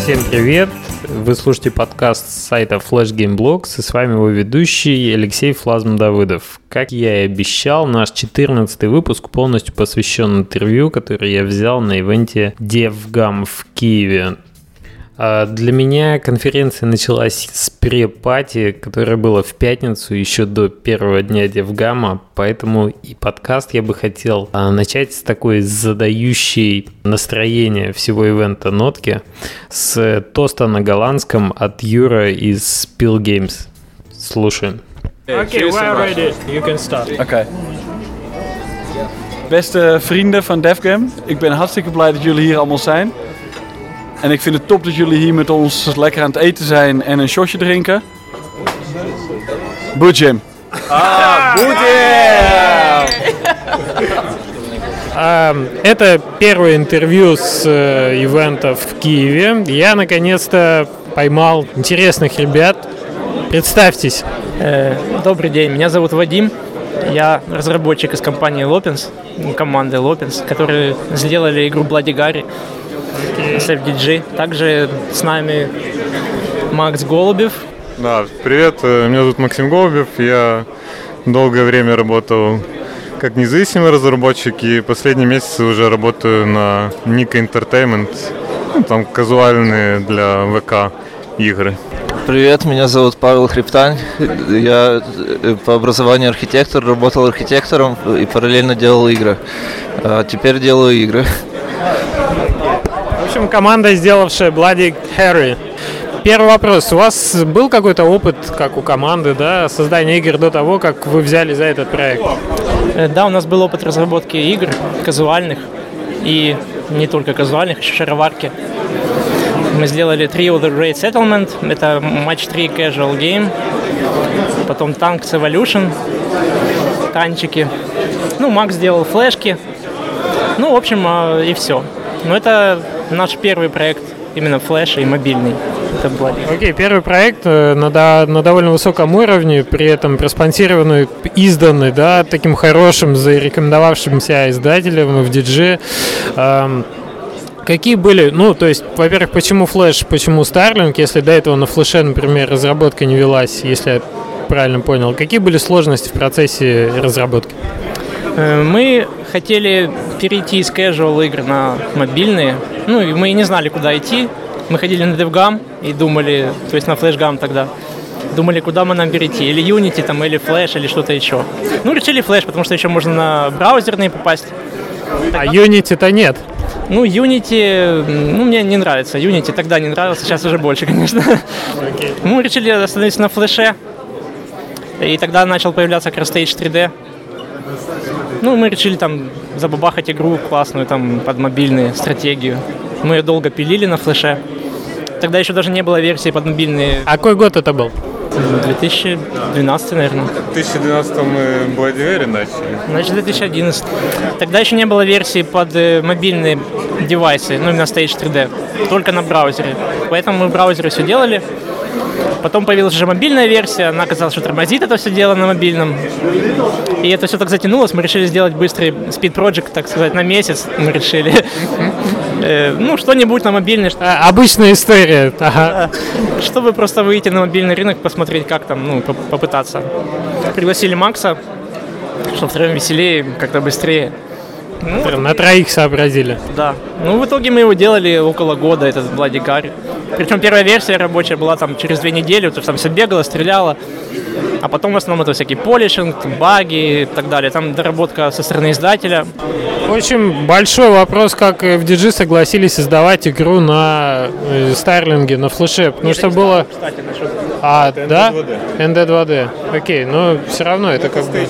Всем привет! Вы слушаете подкаст с сайта Flash Game Blogs, и с вами его ведущий Алексей Флазм Давыдов. Как я и обещал, наш 14-й выпуск полностью посвящен интервью, которое я взял на ивенте DevGam в Киеве. Для меня конференция началась с пре-пати, которое было в пятницу, еще до первого дня DevGam, поэтому и подкаст я бы хотел начать с такой задающей настроение всего ивента нотки, с тоста на голландском от Юра из Spill Games. Слушаем. Okay, we're ready. You can start. Oké. Beste vrienden van DevGam, ik ben hartstikke blij dat jullie hier allemaal zijn. En ik vind het top dat jullie hier met ons lekker aan het eten zijn en een shotje drinken. Budjim. Это первое интервью с ивента в Киеве. Я наконец-то поймал интересных ребят. Представьтесь. Добрый день, меня зовут Вадим. Я разработчик из компании Lopins, команды Lopins, которые сделали игру Bloody Gary с FDG. Также с нами Макс Голубев. Да, привет, меня зовут Максим Голубев. Я долгое время работал как независимый разработчик, и последние месяцы уже работаю на Nika Entertainment, там казуальные для ВК игры. Привет, меня зовут Павел Хребтань. Я по образованию архитектор, работал архитектором и параллельно делал игры. А теперь делаю игры. В общем, команда, сделавшая Bloody Harry. Первый вопрос. У вас был какой-то опыт, как у команды, да, создания игр до того, как вы взяли за этот проект? Да, у нас был опыт разработки игр казуальных. И не только казуальных, еще шароварки. Мы сделали Trio The Great Settlement, это матч 3 casual game, потом Tanks Evolution, танчики, Макс сделал флешки, в общем, и все. Но это наш первый проект, именно флеш и мобильный. Это Окей, первый проект на довольно высоком уровне, при этом проспонсированный, изданный, да, таким хорошим, зарекомендовавшимся издателем FDG. Какие были, во-первых, почему Flash, почему Starlink, если до этого на Flash, например, разработка не велась, если я правильно понял, какие были сложности в процессе разработки? Мы хотели перейти из casual игр на мобильные, и мы не знали, куда идти. Мы ходили на DevGam и думали, то есть на FlashGam тогда, думали, куда мы нам перейти, или Unity, или Flash, или что-то еще. Решили Flash, потому что еще можно на браузерные попасть. А Unity-то нет? Unity, мне не нравится. Unity тогда не нравился, сейчас уже больше, конечно. Okay. Мы решили остановиться на флеше. И тогда начал появляться Crosstage 3D. Мы решили забабахать игру классную, под мобильную стратегию. Мы ее долго пилили на флеше. Тогда еще даже не было версии под мобильные. А какой год это был? 2012, наверное. В 2012 мы Bloody Gary начали. Значит, 2011. Тогда еще не было версии под мобильные девайсы, именно Stage 3D, только на браузере. Поэтому мы в браузере все делали. Потом появилась уже мобильная версия, она оказалась, что тормозит это все дело на мобильном. И это все так затянулось, мы решили сделать быстрый speed project, так сказать, на месяц мы решили. Что-нибудь на мобильный. Обычная история. Ага. Чтобы просто выйти на мобильный рынок, посмотреть, как там, попытаться. Пригласили Макса, чтобы втроем веселее, как-то быстрее. На троих сообразили. Да. В итоге мы его делали около года, этот Bloody Gary. Причем первая версия рабочая была через 2 недели, потому что там все бегало, стреляло. А потом в основном это всякий полишинг, баги и так далее. Там доработка со стороны издателя. В общем, большой вопрос, как FDG согласились издавать игру на Starlink, на флеше. Потому что было... Кстати, насчет... да? ND2D. Окей, но все равно это как бы...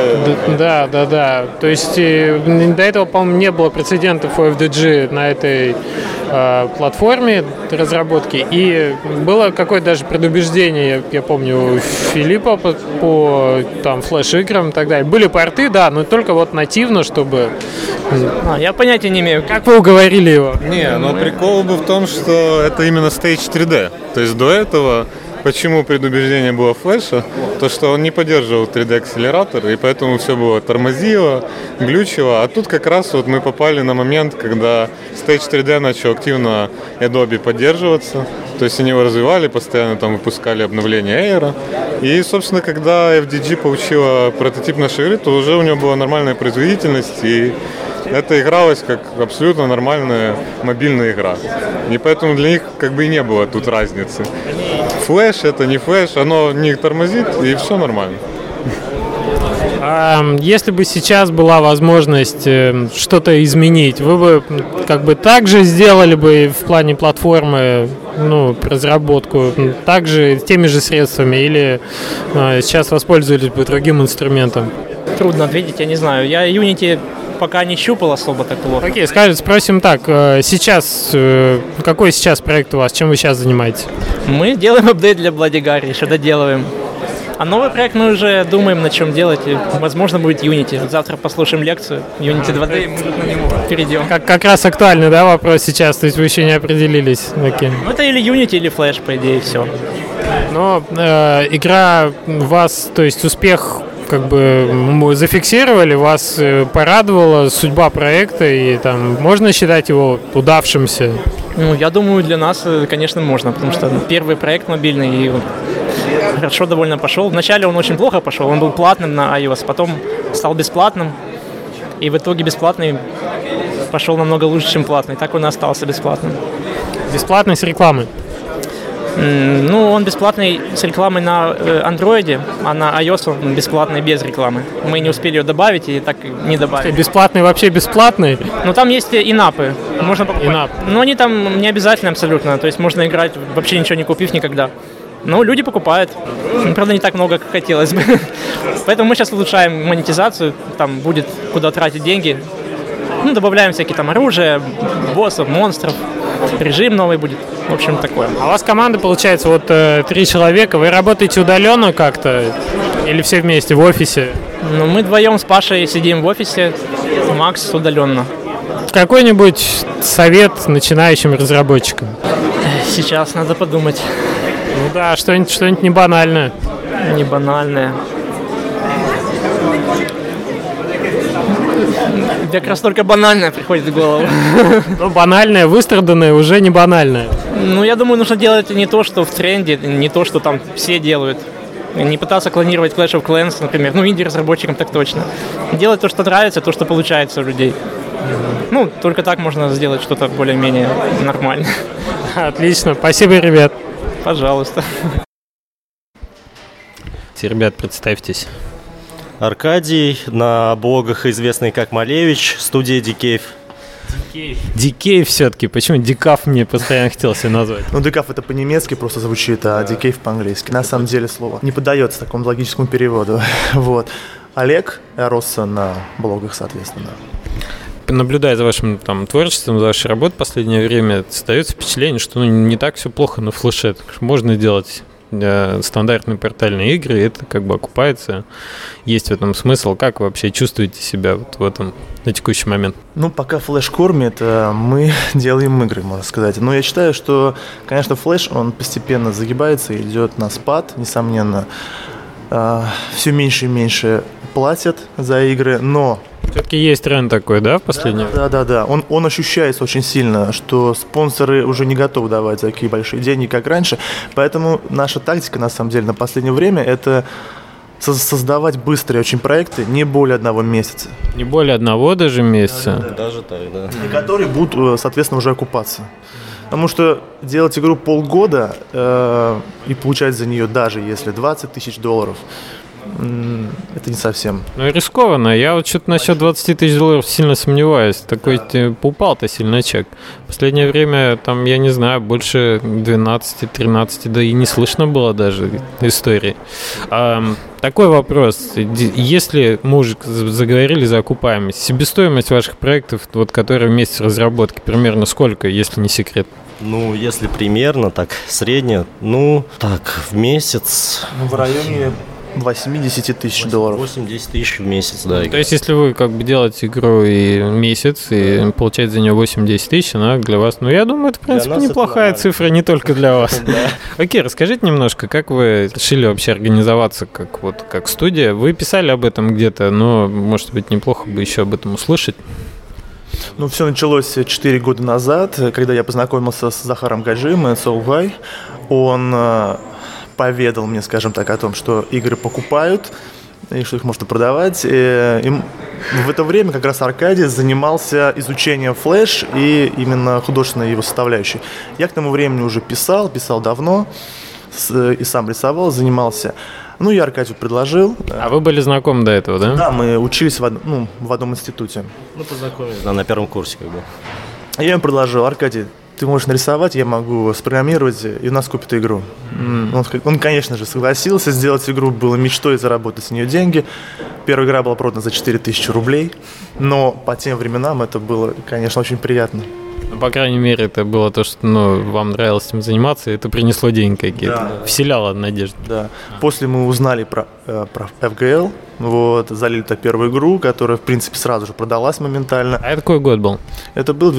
Да. То есть до этого, по-моему, не было прецедентов у FDG на этой платформе разработки. И было какое-то даже предубеждение, я помню, у Филиппа по флеш-играм и так далее. Были порты, да, но только нативно, чтобы... Я понятия не имею. Как вы уговорили его? Прикол был в том, что это именно Stage 3D. То есть до этого почему предубеждение было флеша, то что он не поддерживал 3D-акселератор, и поэтому все было тормозило, глючило. А тут как раз вот мы попали на момент, когда Stage 3D начал активно Adobe поддерживаться. То есть они его развивали, постоянно там выпускали обновления Air. И, собственно, когда FDG получила прототип нашей игры, то уже у него была нормальная производительность, и это игралось как абсолютно нормальная мобильная игра. И поэтому для них как бы и не было тут разницы. Флэш это не флэш, оно не тормозит, и все нормально. Если бы сейчас была возможность что-то изменить, вы бы как бы так же сделали бы в плане платформы, разработку, также теми же средствами, или сейчас воспользовались бы другим инструментом? Трудно ответить, я не знаю. Я Unity пока не щупал особо так плохо. Окей, спросим так. Сейчас, какой сейчас проект у вас? Чем вы сейчас занимаетесь? Мы делаем апдейт для Bloody Gary, еще доделываем. А новый проект мы уже думаем, на чем делать. И, возможно, будет Unity. Завтра послушаем лекцию Unity 2D, и мы на него перейдем. Как раз актуальный, да, вопрос сейчас? То есть вы еще не определились? Окей. Это или Unity, или Flash, по идее, все. Но игра вас, то есть успех как бы зафиксировали, вас порадовала судьба проекта, и там можно считать его удавшимся? Я думаю, для нас, конечно, можно, потому что первый проект мобильный, и хорошо довольно пошел. Вначале он очень плохо пошел, он был платным на iOS, потом стал бесплатным, и в итоге бесплатный пошел намного лучше, чем платный, так он и остался бесплатным. Бесплатный с рекламой? Он бесплатный с рекламой на Android, а на iOS он бесплатный без рекламы. Мы не успели ее добавить и так не добавили. Бесплатный вообще бесплатный? Там есть инапы, можно покупать. Инап. Но они там не обязательно абсолютно, то есть можно играть вообще ничего не купив никогда. Но люди покупают. Правда, не так много, как хотелось бы. Поэтому мы сейчас улучшаем монетизацию, там будет куда тратить деньги. Добавляем всякие там оружия, боссов, монстров. Режим новый будет. В общем, такое. А у вас команда, получается, 3 человека. Вы работаете удаленно как-то? Или все вместе в офисе? Мы вдвоем с Пашей сидим в офисе. Макс удаленно. Какой-нибудь совет начинающим разработчикам? Сейчас надо подумать. Да, что-нибудь не банальное. Не банальное. Мне как раз только банальное приходит в голову. Банальное, выстраданное уже не банальное. Я думаю, нужно делать не то, что в тренде, не то, что там все делают. Не пытаться клонировать Clash of Clans, например. Инди-разработчикам так точно. Делать то, что нравится, то, что получается у людей. Только так можно сделать что-то более-менее нормальное. Отлично. Спасибо, ребят. Пожалуйста. Ребят, представьтесь. Аркадий, на блогах известный как Малевич, студия Decave. Decave все-таки. Почему Decaf мне постоянно хотел себе назвать? Decaf это по-немецки просто звучит, а Decave по-английски. На самом деле слово не поддается такому логическому переводу. Олег, я рос на блогах, соответственно. Наблюдая за вашим творчеством, за вашей работой в последнее время, создается впечатление, что не так все плохо на флеше. Можно делать стандартные портальные игры, и это как бы окупается. Есть в этом смысл. Как вы вообще чувствуете себя в этом на текущий момент? Пока флеш кормит, мы делаем игры, можно сказать. Но я считаю, что, конечно, флеш, он постепенно загибается и идет на спад, несомненно. Все меньше и меньше платят за игры, но... Все-таки есть тренд такой, да, в последнее время? Да. Он ощущается очень сильно, что спонсоры уже не готовы давать такие большие деньги, как раньше. Поэтому наша тактика, на самом деле, на последнее время – это создавать быстрые очень проекты, не более 1 месяца. Не более 1 даже месяца? Да. Даже так, да. И которые будут, соответственно, уже окупаться. Потому что делать игру полгода и получать за нее даже если $20 000, это не совсем. Рискованно. Я что-то насчет $20 000 сильно сомневаюсь. Такой упал-то сильно чек. В последнее время, я не знаю, больше 12-13, да и не слышно было даже истории. Такой вопрос. Если мы уже заговорили за окупаемость, себестоимость ваших проектов, которые в месяц разработки, примерно сколько, если не секрет? Если примерно, так, средняя, в месяц... В районе 80 тысяч долларов. 8-10 тысяч в месяц, да. То есть, если вы как бы делаете игру и месяц, и получаете за нее 8-10 тысяч, она для вас, ну, я думаю, это, в принципе, неплохая цифра, не только для вас. Окей, расскажите немножко, как вы решили вообще организоваться как студия? Вы писали об этом где-то, но, может быть, неплохо бы еще об этом услышать. Ну, все началось 4 года назад, когда я познакомился с Захаром Гаджием и Соулгай. Он поведал мне, скажем так, о том, что игры покупают и что их можно продавать. И в это время как раз Аркадий занимался изучением Flash и именно художественной его составляющей. Я к тому времени уже писал давно, и сам рисовал, занимался. Ну, я Аркадию предложил. А вы были знакомы до этого, да? Да, мы учились в одном институте. Ну, познакомились, да, на первом курсе как бы. Я ему предложил: Аркадий, ты можешь нарисовать, я могу спрограммировать, и у нас купят игру. Он, конечно же, согласился. Сделать игру было мечтой, заработать с нее деньги. Первая игра была продана за 4000 рублей, но по тем временам это было, конечно, очень приятно. По крайней мере, это было то, что вам нравилось этим заниматься, и это принесло деньги какие-то, да. Вселяло надежду. Да. После мы узнали про FGL, залили туда первую игру, которая, в принципе, сразу же продалась моментально. А это какой год был? Это был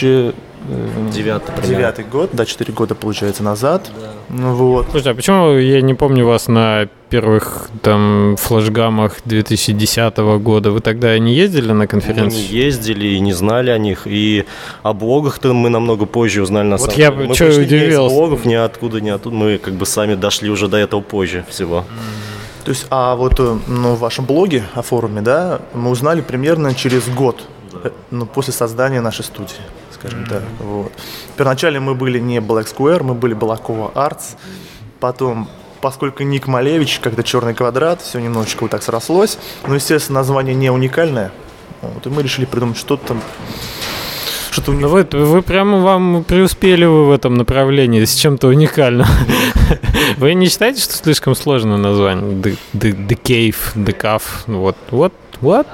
2009 год, да, 4 года, получается, назад. Да. Слушайте, а почему я не помню вас на первых там флешгамах 2010 года? Вы тогда не ездили на конференции? Мы не ездили и не знали о них, и о блогах-то мы намного позже узнали на самом деле. Вот я что удивился. Не из блогов, ни оттуда, мы как бы сами дошли уже до этого позже всего. То есть, в вашем блоге, о форуме, да, мы узнали примерно через год, после создания нашей студии, скажем так. Первоначально мы были не Black Square, мы были Балакова Arts. Потом, поскольку ник Малевич, как-то черный квадрат, все немножечко вот так срослось. Но, естественно, название не уникальное. И мы решили придумать что-то уникальное. Вы прямо вам преуспели в этом направлении с чем-то уникальным. Вы не считаете, что слишком сложное название? The Cave, The Cave, вот.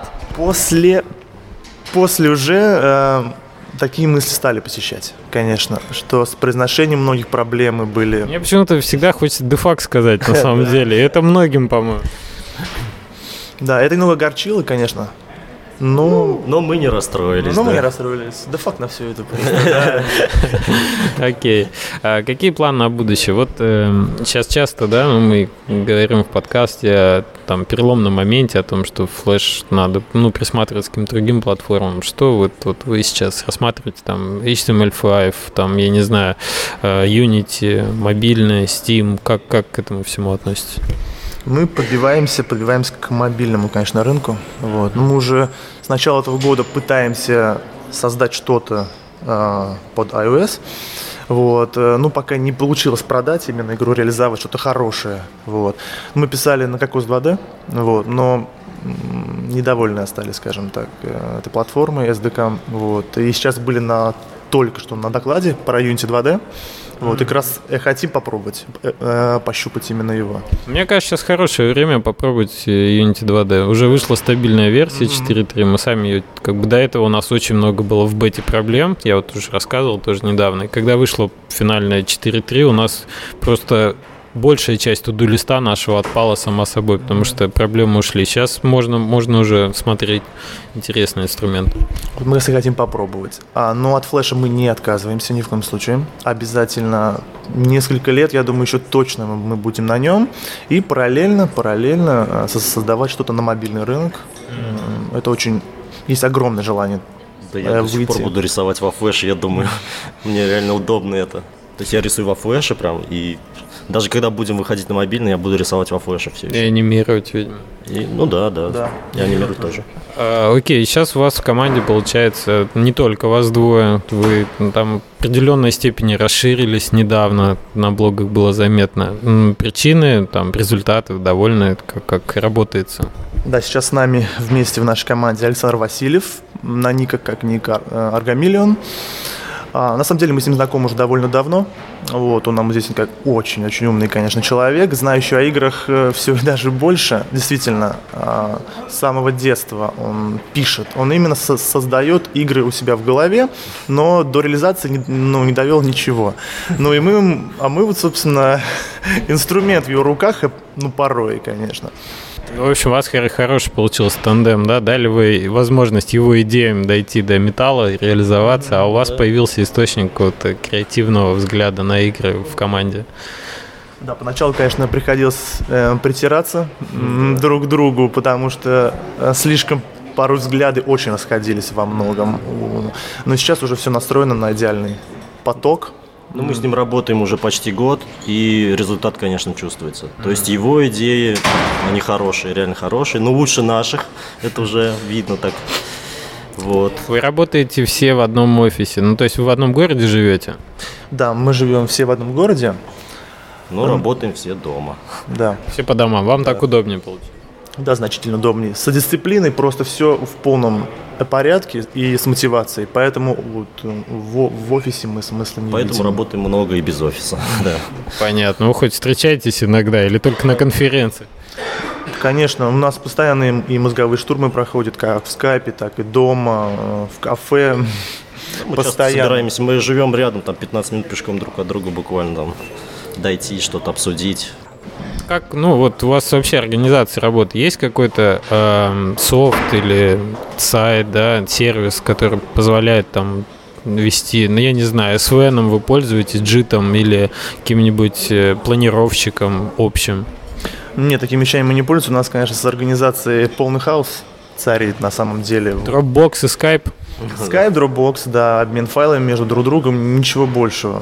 После уже такие мысли стали посещать, конечно, что с произношением многих проблемы были. Мне почему-то всегда хочется дефакт сказать, на самом деле. Это многим, по-моему. Да, это немного огорчило, конечно. Но мы не расстроились. Мы не расстроились. Да факт на все это. Окей. Какие планы на будущее? Вот сейчас часто, да, мы говорим в подкасте о переломном моменте, о том, что Flash надо присматриваться к каким-то другим платформам. Что вы сейчас рассматриваете? HTML5, я не знаю, Unity, мобильная, Steam. Как к этому всему относитесь? Мы подбиваемся к мобильному, конечно, рынку. Мы уже с начала этого года пытаемся создать что-то под iOS. Пока не получилось продать именно игру, реализовать что-то хорошее. Мы писали на Cocos 2D, но недовольны остались, скажем так, этой платформой, SDK. И сейчас были только что на докладе про Unity 2D. И как раз хотим попробовать, пощупать именно его. Мне кажется, сейчас хорошее время попробовать Unity 2D. Уже вышла стабильная версия 4.3. Мы сами ее, до этого у нас очень много было в бете проблем. Я уже рассказывал тоже недавно. И когда вышла финальная 4.3, у нас просто большая часть туду-листа нашего отпала сама собой, потому что проблемы ушли. Сейчас можно уже смотреть интересный инструмент. Мы, если хотим попробовать. Но от флеша мы не отказываемся ни в коем случае. Обязательно несколько лет, я думаю, еще точно мы будем на нем. И параллельно создавать что-то на мобильный рынок. Это очень... Есть огромное желание выйти. Я до сих пор буду рисовать во флеше, я думаю. Мне реально удобно это. То есть я рисую во флеше прям, и даже когда будем выходить на мобильный, я буду рисовать во флеше все. И анимировать, видимо. Да. И анимировать тоже. Окей, сейчас у вас в команде, получается, не только вас двое, вы в определенной степени расширились недавно, на блогах было заметно. Причины, результаты, довольны, как работается? Да, сейчас с нами вместе в нашей команде Александр Васильев, на никах как ник Аргамиллион. На самом деле мы с ним знакомы уже довольно давно. Он нам известен как очень-очень умный, конечно, человек, знающий о играх все и даже больше. Действительно, с самого детства он пишет. Он именно создает игры у себя в голове, но до реализации не довел ничего. И мы собственно, инструмент в его руках, порой, конечно. В общем, у вас хороший получился тандем, да? Дали вы возможность его идеям дойти до металла и реализоваться, а у вас появился источник какого-то креативного взгляда на игры в команде. Да, поначалу, конечно, приходилось притираться друг к другу, потому что слишком порой взгляды очень расходились во многом. Но сейчас уже все настроено на идеальный поток. Ну, мы с ним работаем уже почти год, и результат, конечно, чувствуется. То есть его идеи, они хорошие, реально хорошие, но лучше наших, это уже видно так. Вот. Вы работаете все в одном офисе, ну, то есть вы в одном городе живете? Да, мы живем все в одном городе. Но работаем все дома. Да. Все по домам, вам так удобнее получается? Да, значительно удобнее. С дисциплиной просто все в полном порядке и с мотивацией. Поэтому вот в офисе мы смысла не видим. Поэтому работаем много и без офиса. Да. Понятно. Вы хоть встречаетесь иногда или только на конференции? Конечно, у нас постоянно и мозговые штурмы проходят как в скайпе, так и дома, в кафе. Мы часто собираемся, мы живем рядом, там 15 минут пешком друг от друга буквально там дойти, что-то обсудить. Как, ну вот у вас вообще организация работы, есть какой-то софт или сайт, да, сервис, который позволяет там вести, ну я не знаю, SVN вы пользуетесь, JIT или каким-нибудь планировщиком общим? Нет, такими вещами мы не пользуемся. У нас, конечно, с организацией полный хаос царит на самом деле. Dropbox и Skype? Skype, Dropbox, да, обмен файлами между друг другом, ничего большего.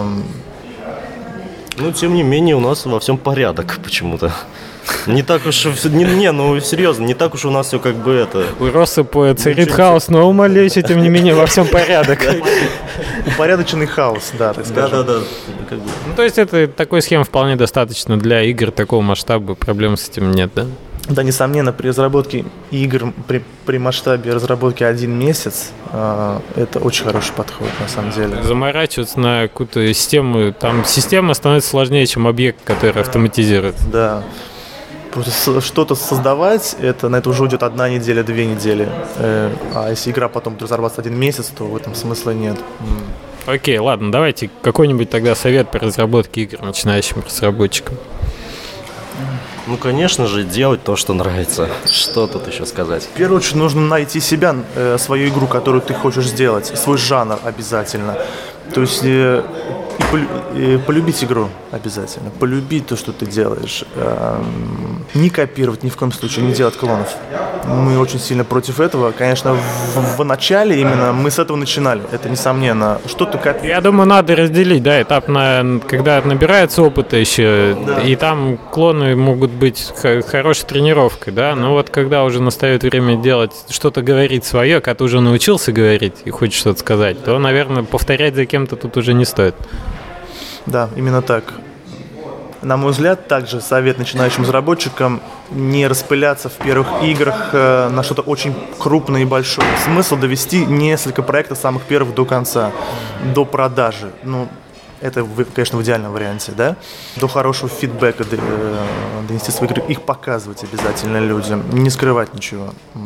Ну, тем не менее, у нас во всем порядок почему-то. Не так уж, ну, серьезно, не так уж у нас все как бы это... У Россыпа царит хаос, но умалече, тем не менее, во всем порядок. Упорядоченный хаос, да, так скажем. Да. Ну, то есть, это такой схемы вполне достаточно для игр такого масштаба, проблем с этим нет, да? Да, несомненно, при разработке игр, при масштабе разработки 1 месяц, это очень хороший подход, на самом деле. Заморачиваться на какую-то систему, там система становится сложнее, чем объект, который автоматизирует. Да. Просто что-то создавать, на это уже уйдет 1 неделя, 2 недели. А если игра потом будет разрабатываться 1 месяц, то в этом смысла нет. Окей, ладно, давайте какой-нибудь тогда совет по разработке игр начинающим разработчикам. Ну, конечно же, делать то, что нравится. Что тут еще сказать? В первую очередь нужно найти себя, свою игру, которую ты хочешь сделать, свой жанр обязательно. То есть и полюбить игру обязательно, полюбить то, что ты делаешь. Не копировать, ни в коем случае, не делать клонов. Мы очень сильно против этого. Конечно, в начале именно мы с этого начинали, это несомненно. Что-то копировать. Я думаю, надо разделить, да, этап, когда набирается опыта еще, да. И там клоны могут быть хорошей тренировкой, да, но вот когда уже настает время делать, что-то говорить свое, когда ты уже научился говорить и хочешь что-то сказать, то, наверное, повторять за кем-то тут уже не стоит. Да, именно так. На мой взгляд, также совет начинающим разработчикам не распыляться в первых играх на что-то очень крупное и большое. Смысл довести несколько проектов самых первых до конца, до продажи. Ну, это, конечно, в идеальном варианте, да? До хорошего фидбэка донести свои игры, их показывать обязательно людям, не скрывать ничего.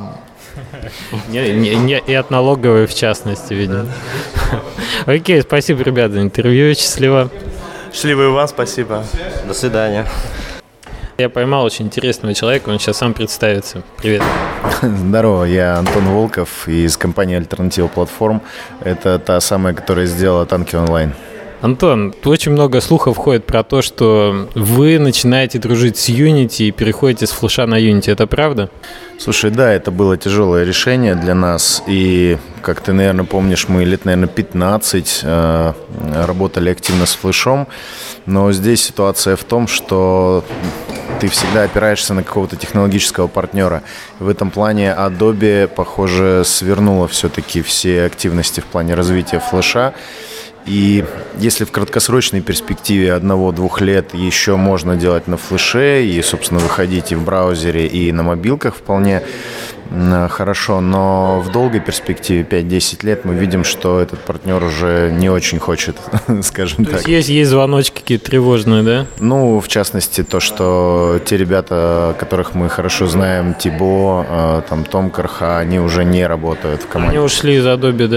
И от налоговой в частности, видимо. Окей, спасибо, ребята, за интервью, счастливо. Счастливо и вам, спасибо. До свидания. Я поймал очень интересного человека, он сейчас сам представится. Привет. Здорово, я Антон Волков из компании Альтернатива Платформ. Это та самая, которая сделала танки онлайн. Антон, очень много слухов ходит про то, что вы начинаете дружить с Unity и переходите с флеша на Unity. Это правда? Слушай, да, это было тяжелое решение для нас. И, как ты, наверное, помнишь, мы лет, наверное, 15 работали активно с флешом. Но здесь ситуация в том, что ты всегда опираешься на какого-то технологического партнера. В этом плане Adobe, похоже, свернула все-таки все активности в плане развития флеша. И если в краткосрочной перспективе 1-2 лет еще можно делать на флеше и, собственно, выходить и в браузере, и на мобилках вполне хорошо, но в долгой перспективе 5-10 лет мы видим, что этот партнер уже не очень хочет, скажем так. То есть звоночки какие-то тревожные, да? Ну, в частности, то, что те ребята, которых мы хорошо знаем, Тибо, там, Том Карха, они уже не работают в команде. Они ушли из Adobe, да?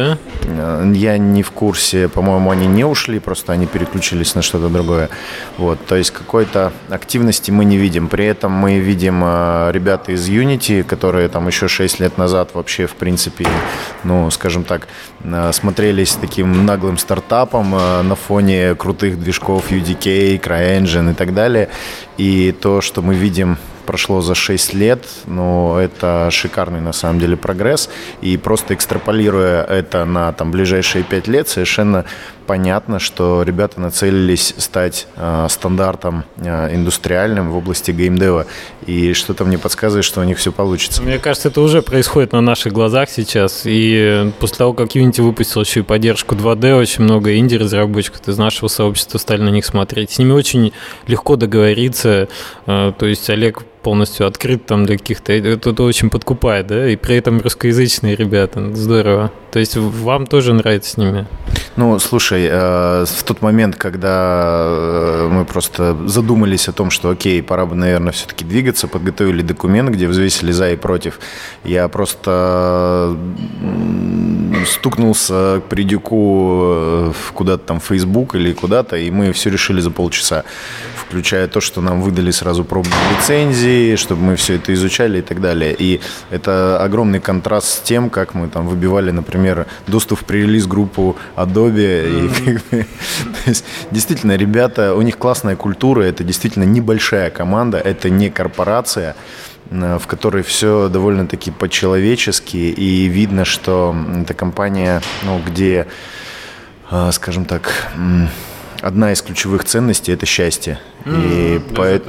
я не в курсе, по-моему, они не ушли, просто они переключились на что-то другое. Вот, то есть какой-то активности мы не видим. При этом мы видим ребята из Unity, которые там еще 6 лет назад вообще, в принципе, ну, скажем так, смотрелись таким наглым стартапом на фоне крутых движков UDK, CryEngine и так далее. И то, что мы видим, прошло за 6 лет, но это шикарный на самом деле прогресс. И просто экстраполируя это на там, ближайшие 5 лет, совершенно понятно, что ребята нацелились стать стандартом индустриальным в области геймдева. И что-то мне подсказывает, что у них все получится. Мне кажется, это уже происходит на наших глазах сейчас. И после того, как Unity выпустил еще и поддержку 2D, очень много инди-разработчиков из нашего сообщества стали на них смотреть. С ними очень легко договориться. То есть Олег полностью открыт там для каких-то... Это очень подкупает, да? И при этом русскоязычные ребята. Здорово. То есть вам тоже нравится с ними? Ну, слушай, в тот момент, когда мы просто задумались о том, что окей, пора бы, наверное, все-таки двигаться, подготовили документ, где взвесили за и против, я просто стукнулся к Придюку куда-то там в Facebook или куда-то, и мы все решили за полчаса, включая то, что нам выдали сразу пробные лицензии, чтобы мы все это изучали и так далее. И это огромный контраст с тем, как мы там выбивали, например, доступ в пререлиз-группу Adobe. И, то есть, действительно, ребята, у них классная культура, это действительно небольшая команда, это не корпорация, в которой все довольно-таки по-человечески, и видно, что это компания, ну, где, скажем так, одна из ключевых ценностей – это счастье. И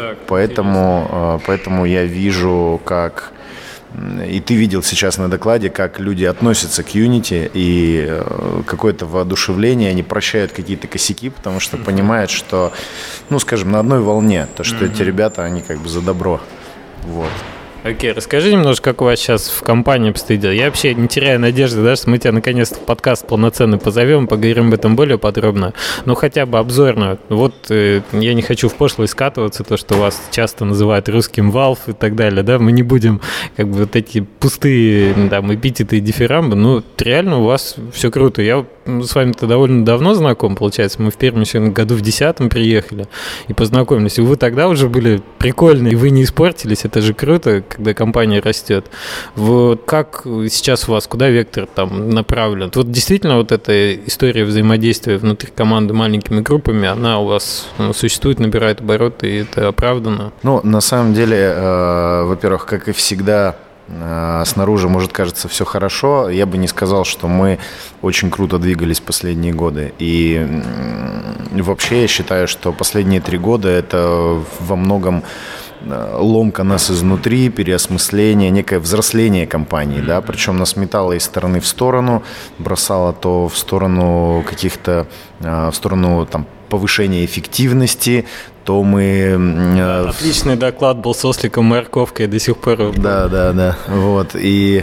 поэтому я вижу, как... И ты видел сейчас на докладе, как люди относятся к Unity, и какое-то воодушевление, они прощают какие-то косяки, потому что понимают, что, ну, скажем, на одной волне, то, что эти ребята, они как бы за добро. Вот. Окей, расскажи немножко, как у вас сейчас в компании обстоит дело. Я вообще не теряю надежды, да, что мы тебя наконец-то в подкаст полноценный позовем, поговорим об этом более подробно, но хотя бы обзорно. Вот я не хочу в пошлость скатываться, то, что вас часто называют русским Valve и так далее, да, мы не будем как бы вот эти пустые там эпитеты и дифирамбы, но реально у вас все круто. Я с вами-то довольно давно знаком, получается, мы в первом еще году в 10-м приехали и познакомились, и вы тогда уже были прикольные, и вы не испортились, это же круто, когда компания растет. Вот как сейчас у вас, куда вектор там направлен? Вот действительно вот эта история взаимодействия внутри команды маленькими группами, она у вас существует, набирает обороты, и это оправдано? Ну, на самом деле, во-первых, как и всегда, снаружи может кажется все хорошо. Я бы не сказал, что мы очень круто двигались последние годы. И вообще я считаю, что последние 3 года это во многом ломка нас изнутри, переосмысление, некое взросление компании, да, причем нас метало из стороны в сторону, бросало то в сторону каких-то, в сторону там повышения эффективности, то мы... Отличный доклад был с осликом морковкой, до сих пор... Да, вот, и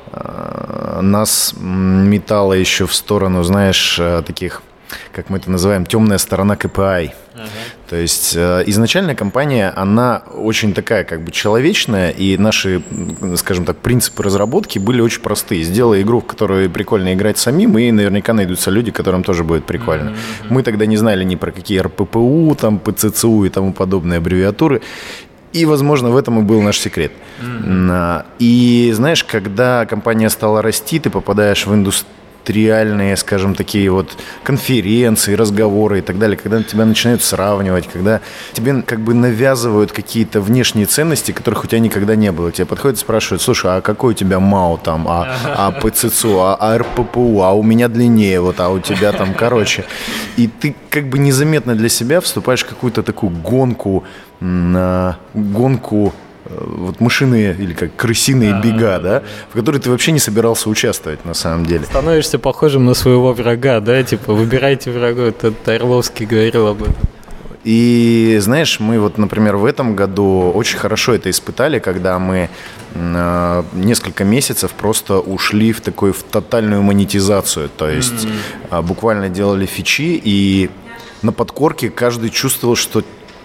нас метало еще в сторону, знаешь, таких, как мы это называем, темная сторона KPI. То есть изначально компания, она очень такая как бы человечная, и наши, скажем так, принципы разработки были очень простые. Сделай игру, в которую прикольно играть самим, и наверняка найдутся люди, которым тоже будет прикольно. Мы тогда не знали ни про какие РППУ, там, ПЦЦУ и тому подобные аббревиатуры. И, возможно, в этом и был наш секрет. И, знаешь, когда компания стала расти, ты попадаешь в индустриальные, скажем, такие вот конференции, разговоры и так далее, когда тебя начинают сравнивать, когда тебе как бы навязывают какие-то внешние ценности, которых у тебя никогда не было. Тебе подходят и спрашивают: слушай, а какой у тебя МАУ там, а ПЦЦУ, а РППУ, а у меня длиннее, вот, а у тебя там короче. И ты как бы незаметно для себя вступаешь в какую-то такую гонку, вот мышиные или как крысиные бега, да, в которой ты вообще не собирался участвовать на самом деле. Становишься похожим на своего врага, да, типа выбирайте врага, это Орловский говорил об этом. И знаешь, мы вот, например, в этом году очень хорошо это испытали, когда мы несколько месяцев просто ушли в тотальную монетизацию, то есть буквально делали фичи, и на подкорке каждый чувствовал, что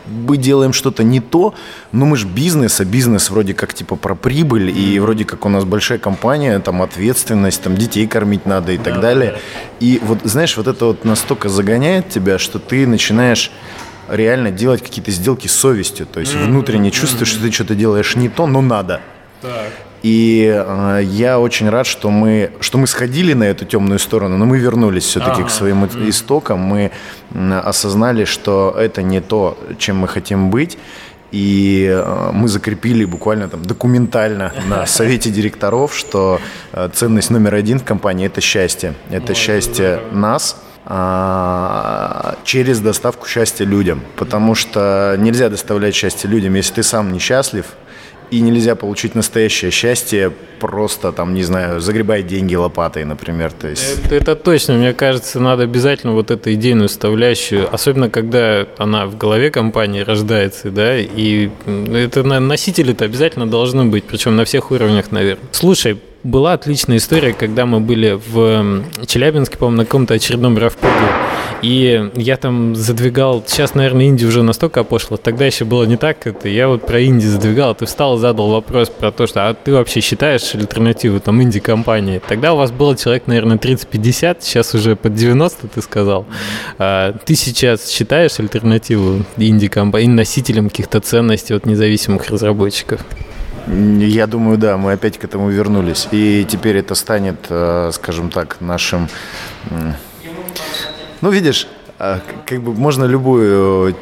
мы делаем что-то не то, но мы же бизнес, а бизнес вроде как типа про прибыль, и вроде как у нас большая компания, там ответственность, там детей кормить надо и так далее. И вот, знаешь, вот это вот настолько загоняет тебя, что ты начинаешь реально делать какие-то сделки с совестью, то есть внутренне чувствуешь, что ты что-то делаешь не то, но надо. Так. И я очень рад, что мы сходили на эту темную сторону, но мы вернулись все-таки к своим истокам. Мы осознали, что это не то, чем мы хотим быть. И мы закрепили буквально там документально на совете директоров, что ценность номер 1 в компании – это счастье. Это счастье нас через доставку счастья людям. Потому что нельзя доставлять счастье людям, если ты сам несчастлив. И нельзя получить настоящее счастье просто, там, не знаю, загребая деньги лопатой, например. То есть... это точно. Мне кажется, надо обязательно вот эту идейную составляющую, особенно когда она в голове компании рождается, да, и это носители-то обязательно должны быть, причем на всех уровнях, наверное. Слушай, была отличная история, когда мы были в Челябинске, по-моему, на каком-то очередном равпоге, и я там задвигал, сейчас, наверное, Инди уже настолько опошло, тогда еще было не так, я вот про Инди задвигал, ты встал и задал вопрос про то, что, а ты вообще считаешь альтернативу там Инди-компании? Тогда у вас было человек, наверное, 30-50, сейчас уже под 90, ты сказал. Ты сейчас считаешь альтернативу Инди-компании, носителем каких-то ценностей от независимых разработчиков? Я думаю, да, мы опять к этому вернулись. И теперь это станет, скажем так, нашим... Ну, видишь, как бы можно любой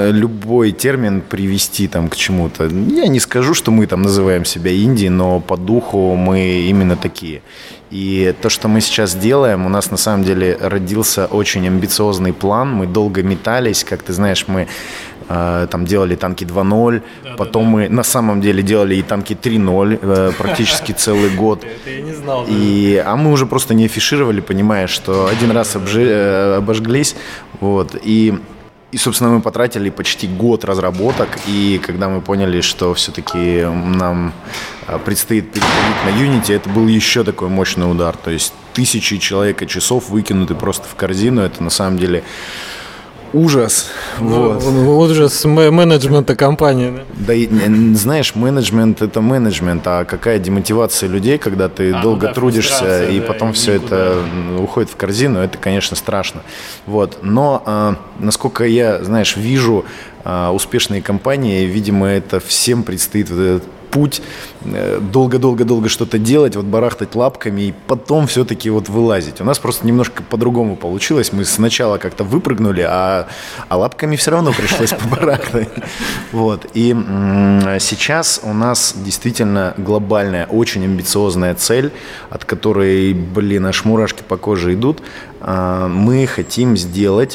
термин привести там к чему-то. Я не скажу, что мы там называем себя инди, но по духу мы именно такие. И то, что мы сейчас делаем, у нас на самом деле родился очень амбициозный план. Мы долго метались, как ты знаешь, мы там делали танки 2.0, потом мы на самом деле делали и танки 3.0 практически целый год. Это я не знал. А мы уже просто не афишировали, понимая, что один раз обожглись. Вот, и, собственно, мы потратили почти год разработок, и когда мы поняли, что все-таки нам предстоит переходить на Unity, это был еще такой мощный удар. То есть тысячи человека-часов выкинуты просто в корзину. Это на самом деле ужас. Вот. Ужас менеджмента компании. Да, знаешь, менеджмент – это менеджмент, а какая демотивация людей, когда ты долго трудишься, и потом все это уходит в корзину, это, конечно, страшно. Вот. Но, насколько я, знаешь, вижу успешные компании, видимо, это всем предстоит вот этот путь, долго-долго-долго что-то делать, вот барахтать лапками и потом все-таки вот вылазить. У нас просто немножко по-другому получилось. Мы сначала как-то выпрыгнули, а лапками все равно пришлось побарахтать. Вот. И сейчас у нас действительно глобальная, очень амбициозная цель, от которой, аж мурашки по коже идут. Мы хотим сделать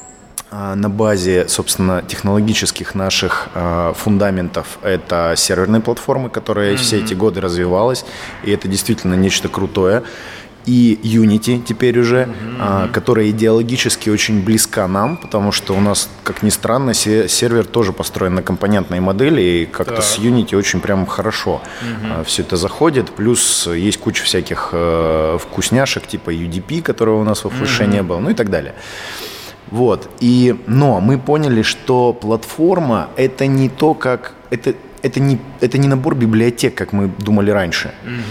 на базе, собственно, технологических наших фундаментов. Это серверные платформы, которая все эти годы развивалась, и это действительно нечто крутое. И Unity теперь уже, которая идеологически очень близка нам, потому что у нас, как ни странно, сервер тоже построен на компонентной модели, и как-то с Unity очень прям хорошо все это заходит. Плюс есть куча всяких вкусняшек, типа UDP, которого у нас во флеше не было, ну и так далее. Вот. Но мы поняли, что платформа – это не то, как… Это не набор библиотек, как мы думали раньше.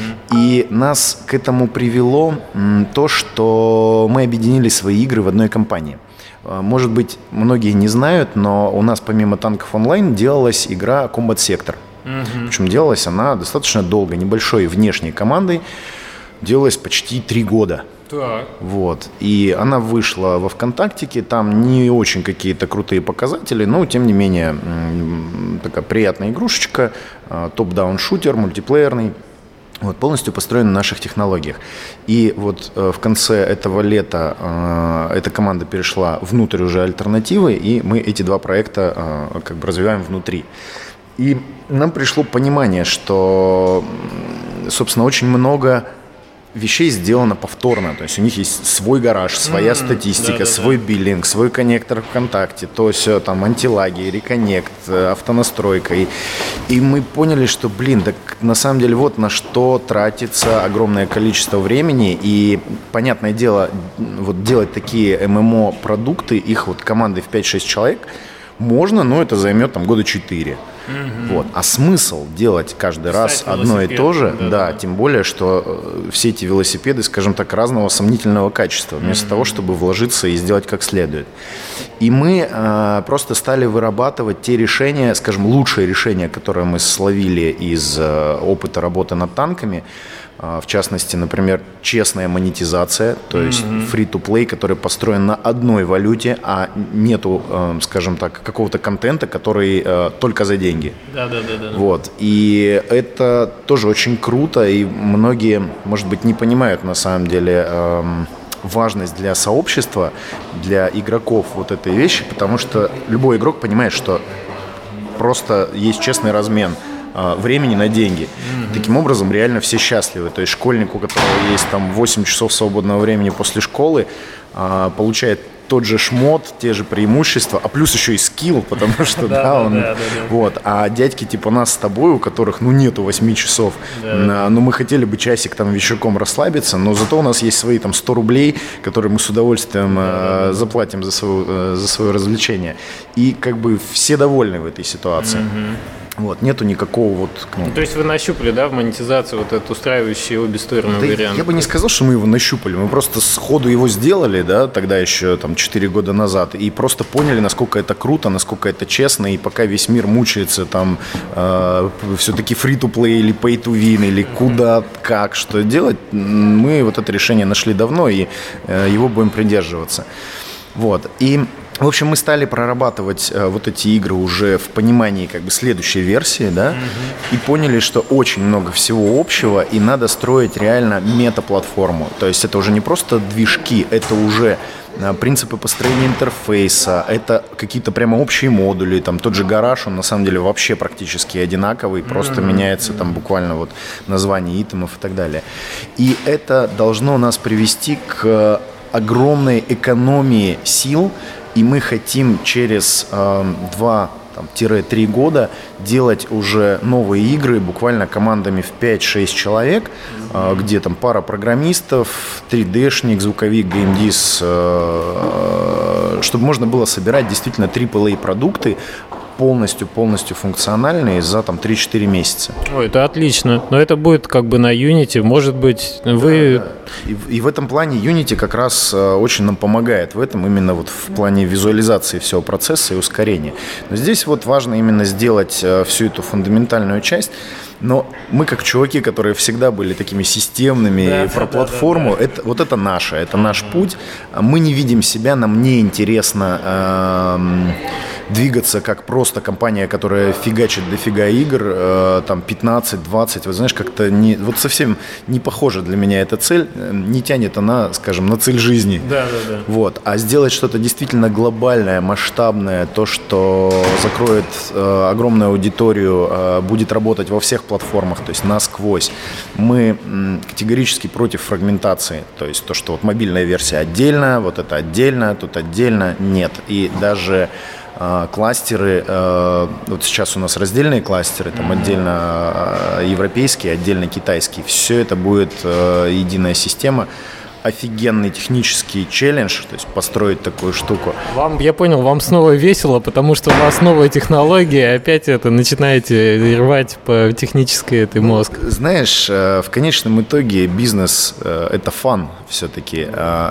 И нас к этому привело то, что мы объединили свои игры в одной компании. Может быть, многие не знают, но у нас помимо танков онлайн делалась игра Combat Sector. Причем делалась она достаточно долго, небольшой внешней командой. Делалась почти 3 года. Так. Вот. И она вышла во ВКонтактике, там не очень какие-то крутые показатели, но тем не менее такая приятная игрушечка, топ-даун шутер, мультиплеерный, вот, полностью построен на наших технологиях. И вот в конце этого лета эта команда перешла внутрь уже альтернативы, и мы эти два проекта как бы развиваем внутри. И нам пришло понимание, что, собственно, очень много вещей сделано повторно, то есть у них есть свой гараж, своя статистика, свой биллинг, свой коннектор ВКонтакте, то все там антилаги, реконнект, автонастройка. И мы поняли, что, так на самом деле вот на что тратится огромное количество времени. И, понятное дело, вот делать такие ММО-продукты, их вот командой в 5-6 человек, Можно, но это займет там года 4. Вот. А смысл делать каждый раз одно и то же, да, тем более, что все эти велосипеды, скажем так, разного сомнительного качества, вместо того, чтобы вложиться и сделать как следует. И мы просто стали вырабатывать те решения, скажем, лучшие решения, которые мы словили из опыта работы над танками. В частности, например, честная монетизация, то есть free-to-play, который построен на одной валюте, а нету, скажем так, какого-то контента, который только за деньги. Да. Вот. И это тоже очень круто, и многие, может быть, не понимают на самом деле важность для сообщества, для игроков вот этой вещи, потому что любой игрок понимает, что просто есть честный размен времени на деньги. Таким образом, реально все счастливы. То есть школьник, у которого есть там 8 часов свободного времени после школы, получает тот же шмот, те же преимущества, а плюс еще и скилл, потому что, вот. А дядьки типа нас с тобой, у которых, нету 8 часов, но мы хотели бы часик там вечерком расслабиться, но зато у нас есть свои там 100 рублей, которые мы с удовольствием заплатим за свое развлечение. И как бы все довольны в этой ситуации. Вот, нету никакого вот... То есть вы нащупали, да, в монетизацию вот этот устраивающий обе стороны вариант? Я бы не сказал, что мы его нащупали, мы просто сходу его сделали, да, тогда еще там 4 года назад, и просто поняли, насколько это круто, насколько это честно, и пока весь мир мучается там все-таки free-to-play или pay-to-win, или куда, как, что делать, мы вот это решение нашли давно, и его будем придерживаться. Вот, и... В общем, мы стали прорабатывать вот эти игры уже в понимании как бы следующей версии, да, и поняли, что очень много всего общего, и надо строить реально мета-платформу. То есть это уже не просто движки, это уже принципы построения интерфейса, это какие-то прямо общие модули, там тот же гараж, он на самом деле вообще практически одинаковый, просто меняется там буквально вот название итемов и так далее. И это должно нас привести к огромной экономии сил, и мы хотим через 2-3 года делать уже новые игры буквально командами в 5-6 человек, где там пара программистов, 3D-шник, звуковик, геймдиз, чтобы можно было собирать действительно AAA-продукты, полностью функциональные за там 3-4 месяца. Ой, это отлично. Но это будет как бы на Unity, может быть, вы... Да. И в этом плане Unity как раз очень нам помогает в этом, именно вот в плане визуализации всего процесса и ускорения. Но здесь вот важно именно сделать всю эту фундаментальную часть. Но мы как чуваки, которые всегда были такими системными про платформу, это наше, это наш путь. Мы не видим себя, нам не интересно двигаться как просто компания, которая фигачит дофига игр, там 15-20, вот знаешь, как-то вот совсем не похожа для меня эта цель, не тянет она, скажем, на цель жизни. Вот. А сделать что-то действительно глобальное, масштабное, то, что закроет огромную аудиторию, будет работать во всех платформах, то есть насквозь. Мы категорически против фрагментации, то есть то, что вот мобильная версия отдельно, вот это отдельно, тут отдельно, нет. И даже кластеры, вот сейчас у нас раздельные кластеры, там отдельно европейские, отдельно китайские, все это будет единая система. Офигенный технический челлендж, то есть построить такую штуку. Я понял, вам снова весело, потому что у вас новая технология, опять начинаете рвать по технической этой мозг. Знаешь, в конечном итоге бизнес – это фан все-таки,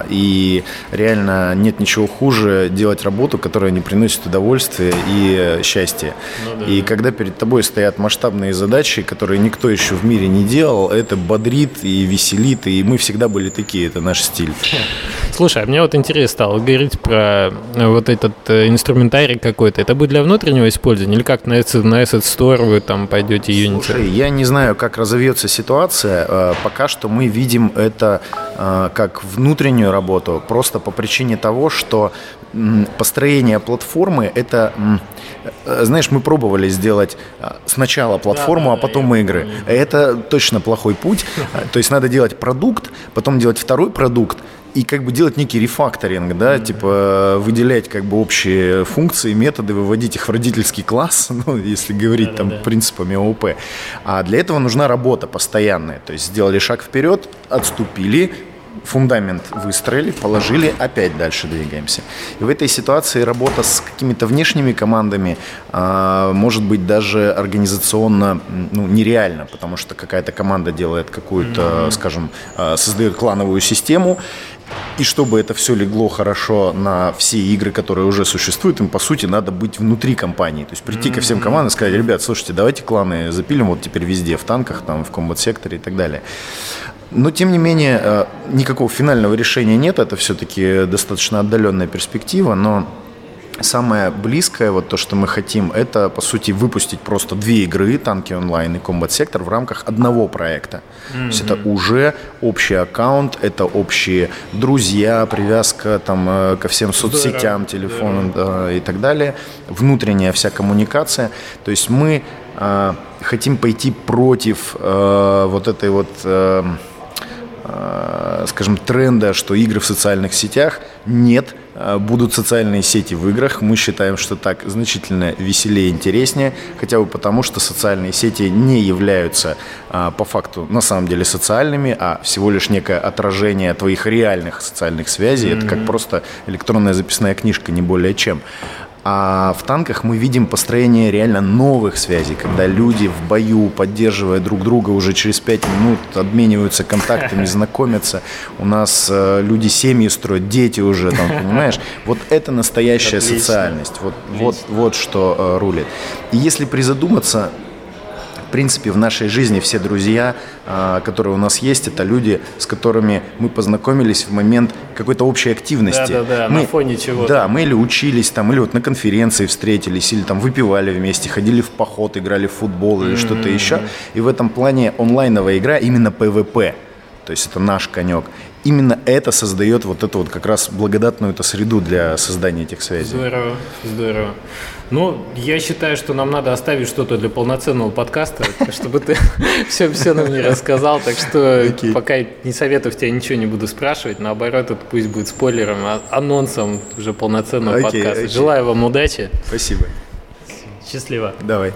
и реально нет ничего хуже делать работу, которая не приносит удовольствия и счастья. И когда перед тобой стоят масштабные задачи, которые никто еще в мире не делал, это бодрит и веселит, и мы всегда были такие, это наш стиль. Слушай, а мне вот интересно стало говорить про вот этот инструментарий какой-то. Это будет для внутреннего использования или как на Asset Store вы там пойдете Unity? Слушай, я не знаю, как разовьется ситуация. Пока что мы видим это как внутреннюю работу, просто по причине того, что построение платформы – это, знаешь, мы пробовали сделать сначала платформу, а потом игры. Это точно плохой путь. То есть надо делать продукт, потом делать второй продукт, и как бы делать некий рефакторинг, да, типа выделять как бы общие функции, методы, выводить их в родительский класс, ну, если говорить там принципами ООП. А для этого нужна работа постоянная. То есть сделали шаг вперед, отступили, фундамент выстроили, положили, опять дальше двигаемся. И в этой ситуации работа с какими-то внешними командами может быть даже организационно нереально, потому что какая-то команда делает какую-то, скажем, создает клановую систему, и чтобы это все легло хорошо на все игры, которые уже существуют, им, по сути, надо быть внутри компании. То есть прийти ко всем командам и сказать: ребят, слушайте, давайте кланы запилим вот теперь везде, в танках, там, в комбат-секторе и так далее. Но, тем не менее, никакого финального решения нет, это все-таки достаточно отдаленная перспектива, но самое близкое, вот то, что мы хотим, это, по сути, выпустить просто 2 игры, танки онлайн и комбат-сектор, в рамках одного проекта. То есть это уже общий аккаунт, это общие друзья, привязка там ко всем соцсетям, телефонам и так далее, внутренняя вся коммуникация. То есть мы хотим пойти против вот этой вот... скажем, тренда, что игры в социальных сетях. Нет, будут социальные сети в играх. Мы считаем, что так значительно веселее и интереснее, хотя бы потому, что социальные сети не являются по факту на самом деле социальными, а всего лишь некое отражение твоих реальных социальных связей. Это как просто электронная записная книжка, не более чем. А в танках мы видим построение реально новых связей, когда люди в бою, поддерживая друг друга, уже через 5 минут обмениваются контактами, знакомятся. У нас люди семьи строят, дети уже там, понимаешь? Вот это настоящая социальность. Вот что рулит. И если призадуматься, в принципе, в нашей жизни все друзья, которые у нас есть, это люди, с которыми мы познакомились в момент какой-то общей активности. Да, на фоне чего-то. Да, мы или учились там, или вот на конференции встретились, или там выпивали вместе, ходили в поход, играли в футбол или что-то еще. И в этом плане онлайновая игра именно PvP. То есть это наш конек. Именно это создает вот эту вот как раз благодатную среду для создания этих связей. Здорово. Ну, я считаю, что нам надо оставить что-то для полноценного подкаста, чтобы ты все нам не рассказал. Так что пока не советую тебя ничего не буду спрашивать. Наоборот, это пусть будет спойлером, анонсом уже полноценного подкаста. Желаю вам удачи. Спасибо. Счастливо. Давай.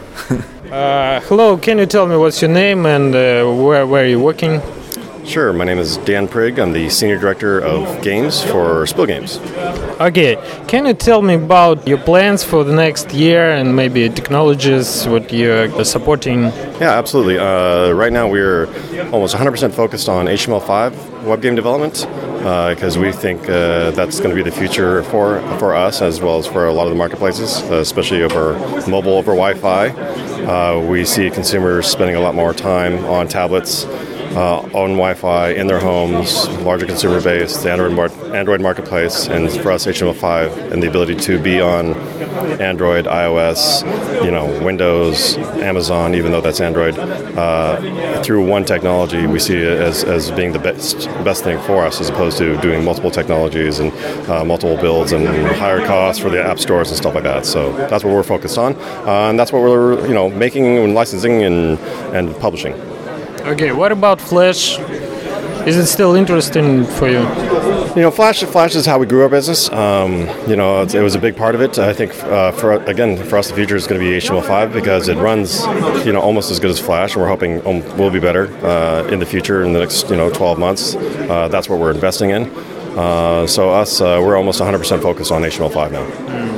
Hello, can you tell me what's your name and where are you working? Sure, my name is Dan Prigg. I'm the Senior Director of Games for Spill Games. Okay, can you tell me about your plans for the next year and maybe technologies, what you're supporting? Yeah, absolutely. Right now we're almost 100% focused on HTML5 web game development because we think that's going to be the future for us as well as for a lot of the marketplaces, especially over mobile, over Wi-Fi. We see consumers spending a lot more time on tablets, on Wi-Fi in their homes, larger consumer base, the Android marketplace, and for us HTML5 and the ability to be on Android, iOS, Windows, Amazon, even though that's Android, through one technology, we see it as being the best thing for us as opposed to doing multiple technologies and multiple builds and higher costs for the app stores and stuff like that. So that's what we're focused on, and that's what we're making and licensing and publishing. Okay, what about Flash? Is it still interesting for you? Flash is how we grew our business. It was a big part of it. I think for us, the future is going to be HTML5 because it runs, almost as good as Flash, and we're hoping will be better in the future in the next, 12 months. That's what we're investing in. We're almost 100% focused on HTML5 now.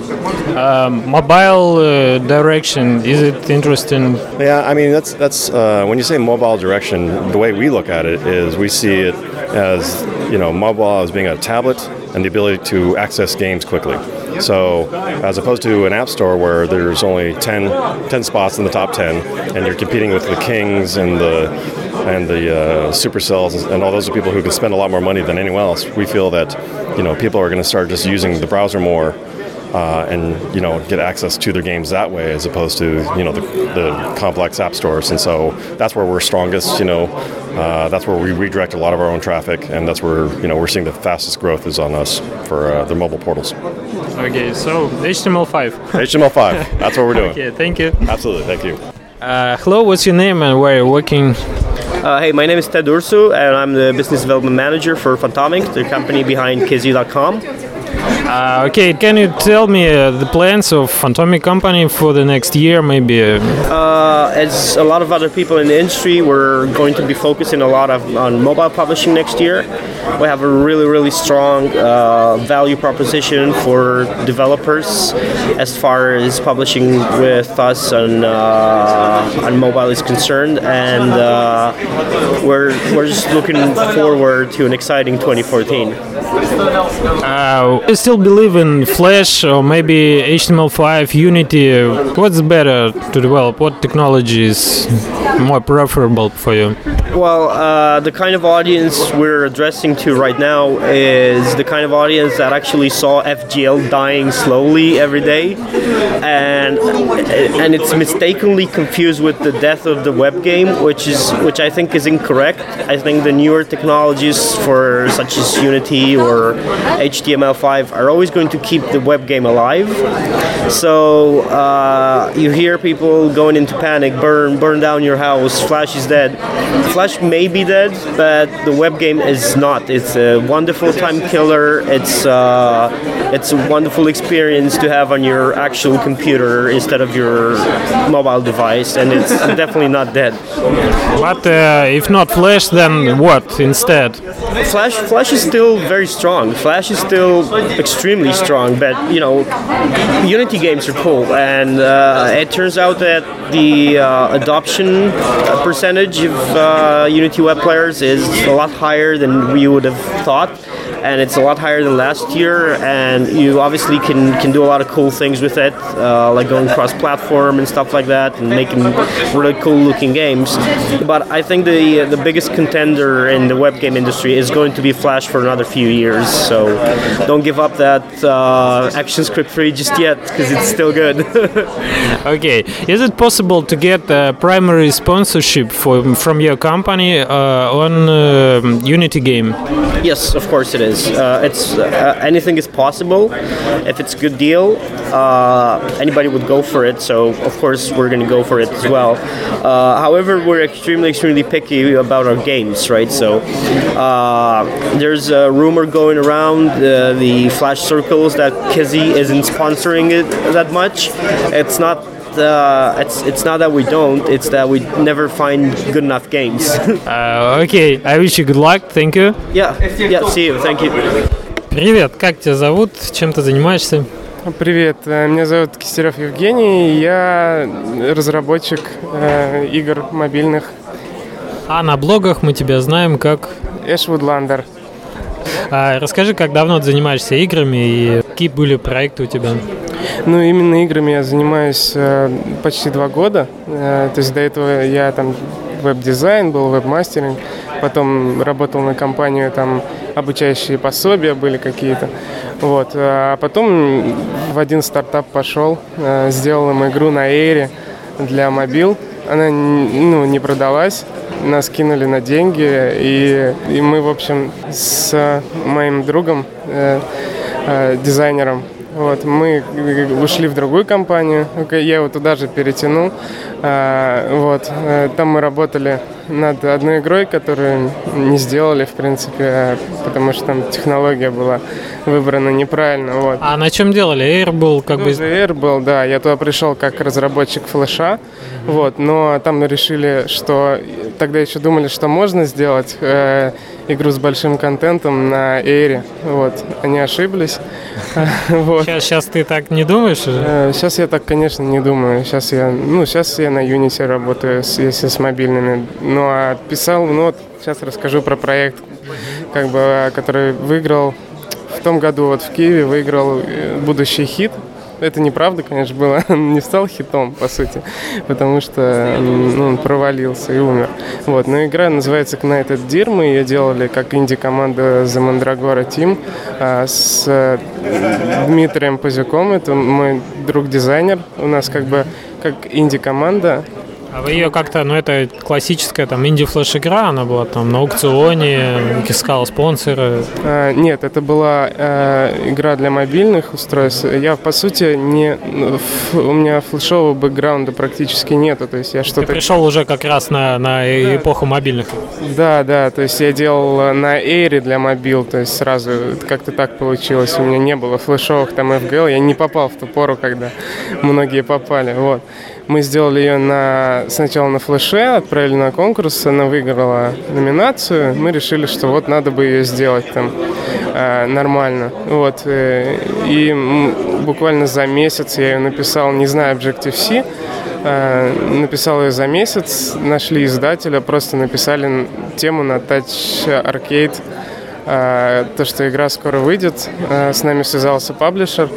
Mobile direction, is it interesting? Yeah, I mean that's when you say mobile direction, the way we look at it is we see it as mobile as being a tablet and the ability to access games quickly. So as opposed to an app store where there's only 10 spots in the top 10 and you're competing with the Kings and the Supercells and all those are people who can spend a lot more money than anyone else. We feel that people are going to start just using the browser more and get access to their games that way as opposed to the complex app stores. And so that's where we're strongest. That's where we redirect a lot of our own traffic, and that's where we're seeing the fastest growth is on us for the mobile portals. Okay, so HTML5. HTML5. That's what we're doing. Okay, thank you. Absolutely, thank you. Hello, what's your name and where are you working? Hey, my name is Ted Ursu, and I'm the business development manager for Fantomic, the company behind KZ.com. Okay, can you tell me the plans of Fantomic company for the next year, maybe? As a lot of other people in the industry, we're going to be focusing a lot on mobile publishing next year. we have a really strong value proposition for developers as far as publishing with us on mobile is concerned, and we're just looking forward to an exciting 2014. I still believe in Flash or maybe HTML5, Unity. What's better to develop? What technology is more preferable for you? Well, the kind of audience we're addressing to right now is the kind of audience that actually saw FGL dying slowly every day, and it's mistakenly confused with the death of the web game, which I think is incorrect. I think the newer technologies for such as Unity or HTML5 are always going to keep the web game alive. So you hear people going into panic, burn down your house, Flash is dead. Flash may be dead, but the web game is not. It's a wonderful time killer. It's a wonderful experience to have on your actual computer instead of your mobile device, and it's definitely not dead. But if not Flash, then what instead? Flash is still very strong. Flash is still extremely strong, but Unity games are cool, and it turns out that the adoption percentage of Unity web players is a lot higher than we would have thought, and it's a lot higher than last year, and you obviously can do a lot of cool things with it, like going cross-platform and stuff like that, and making really cool-looking games. But I think the biggest contender in the web game industry is going to be Flash for another few years, so don't give up that ActionScript 3 just yet, because it's still good. Okay, is it possible to get primary sponsorship from your company on Unity game? Yes, of course it is. It's anything is possible if it's a good deal. Anybody would go for it, so of course we're going to go for it as well. However, we're extremely picky about our games, right? So there's a rumor going around the Flash circles that Kizzy isn't sponsoring it that much. It's not. It's not that we don't, it's that we never find good enough games. Okay, I wish you good luck, thank you. Yeah, see you, thank you. Привет, как тебя зовут, чем ты занимаешься? Привет, меня зовут Кистерев Евгений, я разработчик игр мобильных. А на блогах мы тебя знаем как... Ashwoodlander. Расскажи, как давно ты занимаешься играми и какие были проекты у тебя? Ну, именно играми я занимаюсь почти 2 года. То есть до этого я там веб-дизайн, был веб-мастеринг, потом работал на компанию, там обучающие пособия были какие-то. Вот. А потом в один стартап пошел, сделал им игру на Air для мобил. Она не продалась, нас кинули на деньги, и мы, в общем, с моим другом, дизайнером, вот, мы ушли в другую компанию, я его туда же перетянул. Вот, там мы работали над одной игрой, которую не сделали, в принципе, потому что там технология была выбрана неправильно. Вот. А на чем делали? Air был как бы... Air был, да. Я туда пришел как разработчик флеша, вот, но там мы решили, что... Тогда еще думали, что можно сделать игру с большим контентом на Air. Вот. Они ошиблись. Вот. Сейчас ты так не думаешь? Сейчас я так, конечно, не думаю. Сейчас я на Unity работаю, если с мобильными. Ну, а писал, сейчас расскажу про проект, как бы, который выиграл в том году, вот в Киеве выиграл будущий хит. Это неправда, конечно, было. Он не стал хитом, по сути, потому что он провалился и умер. Вот. Но игра называется Knighted Deer. Мы ее делали как инди-команда The Mandragora Team с Дмитрием Пазюком. Это мой друг-дизайнер. У нас как бы как инди-команда. А вы ее как-то, это классическая там инди-флеш-игра, она была там на аукционе, искала спонсоры? Нет, это была игра для мобильных устройств. Я, по сути, у меня флешового бэкграунда практически нету. То есть я что-то... Ты пришел уже как раз на эпоху мобильных? Да, то есть я делал на Air для мобил, то есть сразу как-то так получилось. У меня не было флешовых там FGL, я не попал в ту пору, когда многие попали, вот. Мы сделали ее сначала на флеше, отправили на конкурс, она выиграла номинацию. Мы решили, что вот надо бы ее сделать там нормально. Вот. И буквально за месяц я ее написал, не зная Objective-C, написал ее за месяц, нашли издателя, просто написали тему на Touch Arcade, то, что игра скоро выйдет. С нами связался паблишер,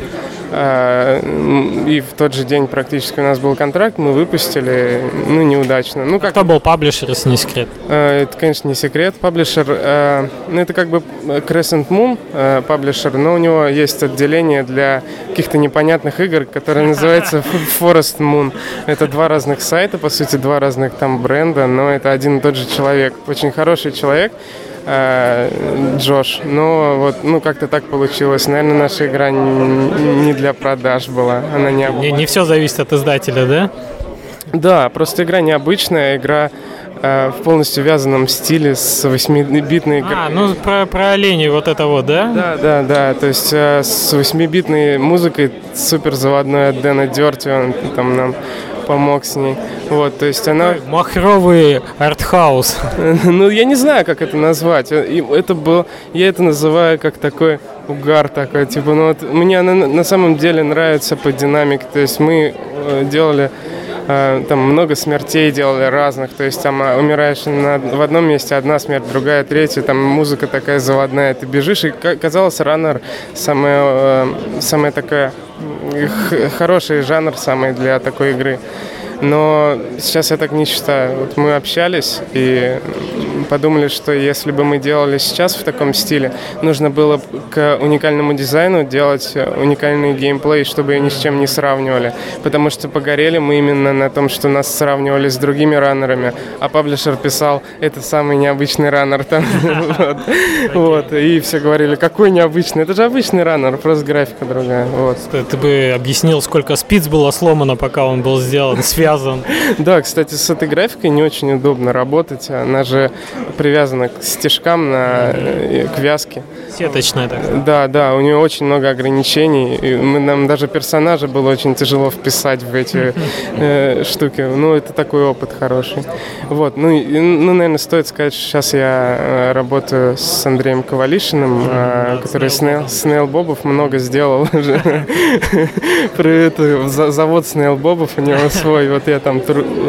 и в тот же день практически у нас был контракт, мы выпустили, неудачно. Кто был паблишер, если не секрет? Это, конечно, не секрет. Паблишер, это как бы Crescent Moon паблишер, но у него есть отделение для каких-то непонятных игр, которое называется Forest Moon. Это два разных сайта, по сути, два разных там бренда, но это один и тот же человек. Очень хороший человек. Джош, но вот, как-то так получилось. Наверное, наша игра не для продаж была. Она не все зависит от издателя, да? Да, просто игра необычная, игра в полностью вязаном стиле с 8-битной игрой. Про оленей вот это вот, да? Да. То есть с 8-битной музыкой супер заводной от Дэна Дёрти, он там нам помог с ней. Вот, то есть она... Махровый артхаус. Я не знаю, как это назвать. Я это называю как такой угар такой. Типа, мне она на самом деле нравится по динамике. То есть мы делали там много смертей делали разных, то есть там умираешь в одном месте, одна смерть, другая, третья, там музыка такая заводная, ты бежишь, и казалось, раннер самая такая хороший жанр самый для такой игры. Но сейчас я так не считаю. Вот мы общались и подумали, что если бы мы делали сейчас в таком стиле, нужно было к уникальному дизайну делать уникальный геймплей, чтобы ее ни с чем не сравнивали. Потому что погорели мы именно на том, что нас сравнивали с другими раннерами, а паблишер писал, это самый необычный раннер там. Вот. И все говорили, какой необычный? Это же обычный раннер, просто графика другая. Ты бы объяснил, сколько спиц было сломано, пока он был сделан, связан. Да, кстати, с этой графикой не очень удобно работать. Она же привязана к стежкам, к вязке. Сеточная такая. Да, у нее очень много ограничений. И нам даже персонажа было очень тяжело вписать в эти штуки. Это такой опыт хороший. Вот. Наверное, стоит сказать, что сейчас я работаю с Андреем Ковалишиным, который Snail Bobов много сделал уже. Завод Snail Bobов у него свой. Вот я там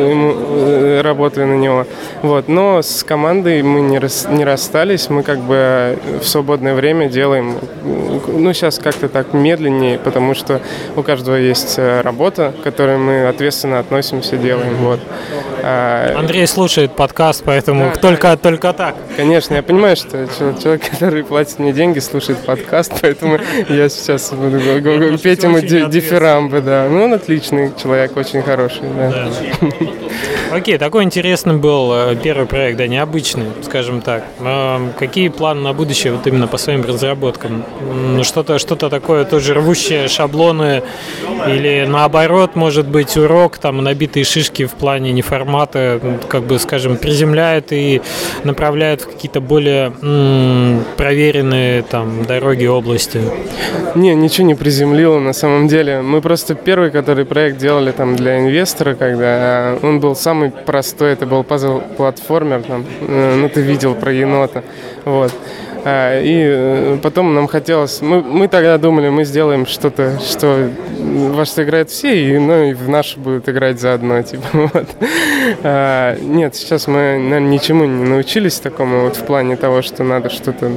работаю на него. Вот. Но с командой мы не расстались. Мы как бы в свободное время делаем, сейчас как-то так медленнее, потому что у каждого есть работа, к которой мы ответственно относимся, делаем. Вот. Андрей слушает подкаст, поэтому только так. Конечно, я понимаю, что человек, который платит мне деньги, слушает подкаст, поэтому я сейчас буду петь ему дифирамбы. Да. Он отличный человек, очень хороший. Да. Окей, такой интересный был первый проект, да, необычный, скажем так. Какие планы на будущее вот именно по своим разработкам? Что-то такое тоже рвущее шаблоны или наоборот, может быть, урок, там набитые шишки в плане неформата, как бы, скажем, приземляют и направляют в какие-то более проверенные там дороги, области? Ничего не приземлило на самом деле. Мы просто первый, который проект делали там для инвестора, когда он был самый простой, это был пазл-платформер, ты видел про енота, вот. И потом нам хотелось... Мы тогда думали, мы сделаем что-то, во что играют все, и в наш будут играть заодно. Типа, вот. Нет, сейчас мы, наверное, ничему не научились такому в плане того, что надо что-то,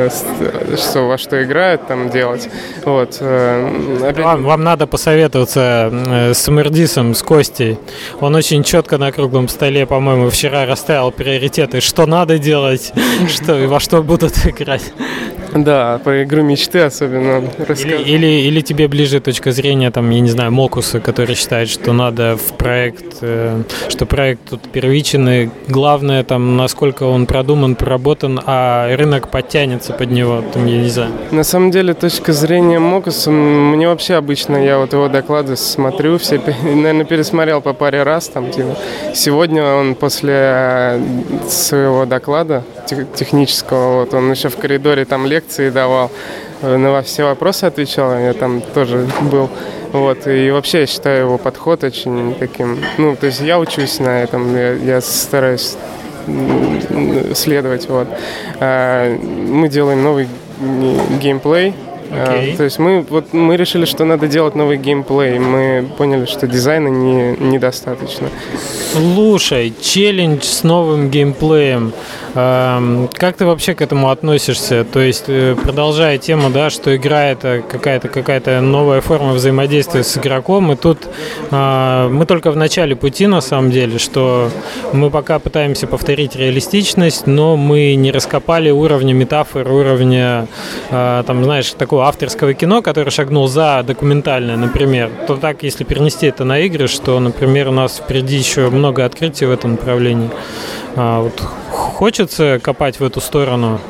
во что играют, там делать. Вот. Вам надо посоветоваться с Мэрдисом, с Костей. Он очень четко на круглом столе, по-моему, вчера расставил приоритеты, что надо делать, и во что будут играть. Да, про игру мечты особенно рассказывать. Или тебе ближе точка зрения, там, я не знаю, Мокуса, который считает, что надо в проект, что проект тут первичен, и главное, там, насколько он продуман, проработан, а рынок подтянется под него, там, я не знаю. На самом деле, точка зрения Мокуса, мне вообще обычно, я вот его доклады смотрю, все, наверное, пересмотрел по паре раз, там, типа, сегодня он после своего доклада технического, вот, он еще в коридоре там лекции давал, на все вопросы отвечал, я там тоже был. Вот, и вообще я считаю его подход очень таким, ну, то есть я учусь на этом, я стараюсь следовать, вот. Мы делаем новый геймплей. То есть мы решили, что надо делать новый геймплей. Мы поняли, что дизайна недостаточно. Слушай, челлендж с новым геймплеем. Как ты вообще к этому относишься? То есть, продолжая тему, да, что игра — это какая-то новая форма взаимодействия с игроком, и тут мы только в начале пути, на самом деле, что мы пока пытаемся повторить реалистичность, но мы не раскопали уровня метафор, уровня, там, знаешь, такого авторского кино, который шагнул за документальное, например. То так, если перенести это на игры, что, например, у нас впереди еще много открытий в этом направлении. Вот хочется копать в эту сторону?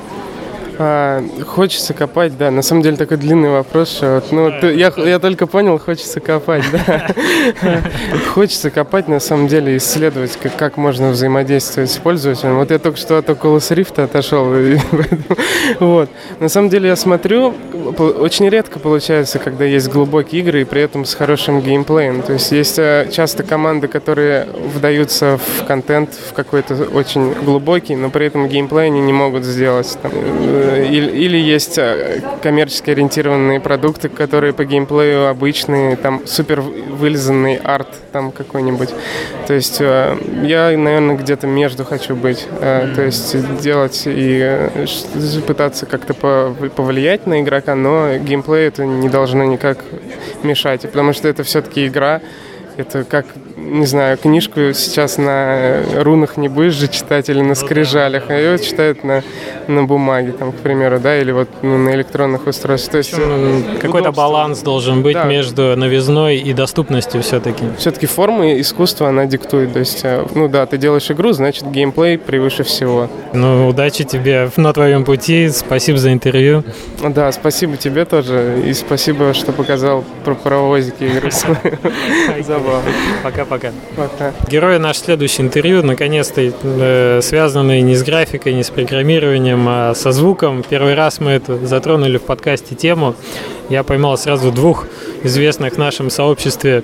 Хочется копать, да. На самом деле такой длинный вопрос, что я только понял, хочется копать, да. Хочется копать, на самом деле, исследовать, как можно взаимодействовать с пользователем. Вот я только что от Oculus Rift отошел. Вот. На самом деле я смотрю, очень редко получается, когда есть глубокие игры и при этом с хорошим геймплеем. То есть есть часто команды, которые вдаются в контент, в какой-то очень глубокий, но при этом геймплей они не могут сделать. Или есть коммерчески ориентированные продукты, которые по геймплею обычные, там супер вылизанный арт там какой-нибудь. То есть я, наверное, где-то между хочу быть. То есть делать и пытаться как-то повлиять на игрока, но геймплей это не должно никак мешать, потому что это все-таки игра. Это как, не знаю, книжку сейчас на рунах не будешь же читать или на скрижалях, а ее читают на бумаге, там, к примеру, да, или вот на электронных устройствах. То есть какой-то баланс должен быть, да, между новизной и доступностью все-таки. Все-таки форма искусства, она диктует. То есть, ну да, ты делаешь игру, значит, геймплей превыше всего. Ну, удачи тебе на твоем пути, спасибо за интервью. Да, спасибо тебе тоже, и спасибо, что показал про паровозики игры. Забавно. Пока-пока. Герои наше следующее интервью, наконец-то связанные не с графикой, не с программированием, а со звуком. Первый раз мы это затронули в подкасте тему. Я поймал сразу двух известных в нашем сообществе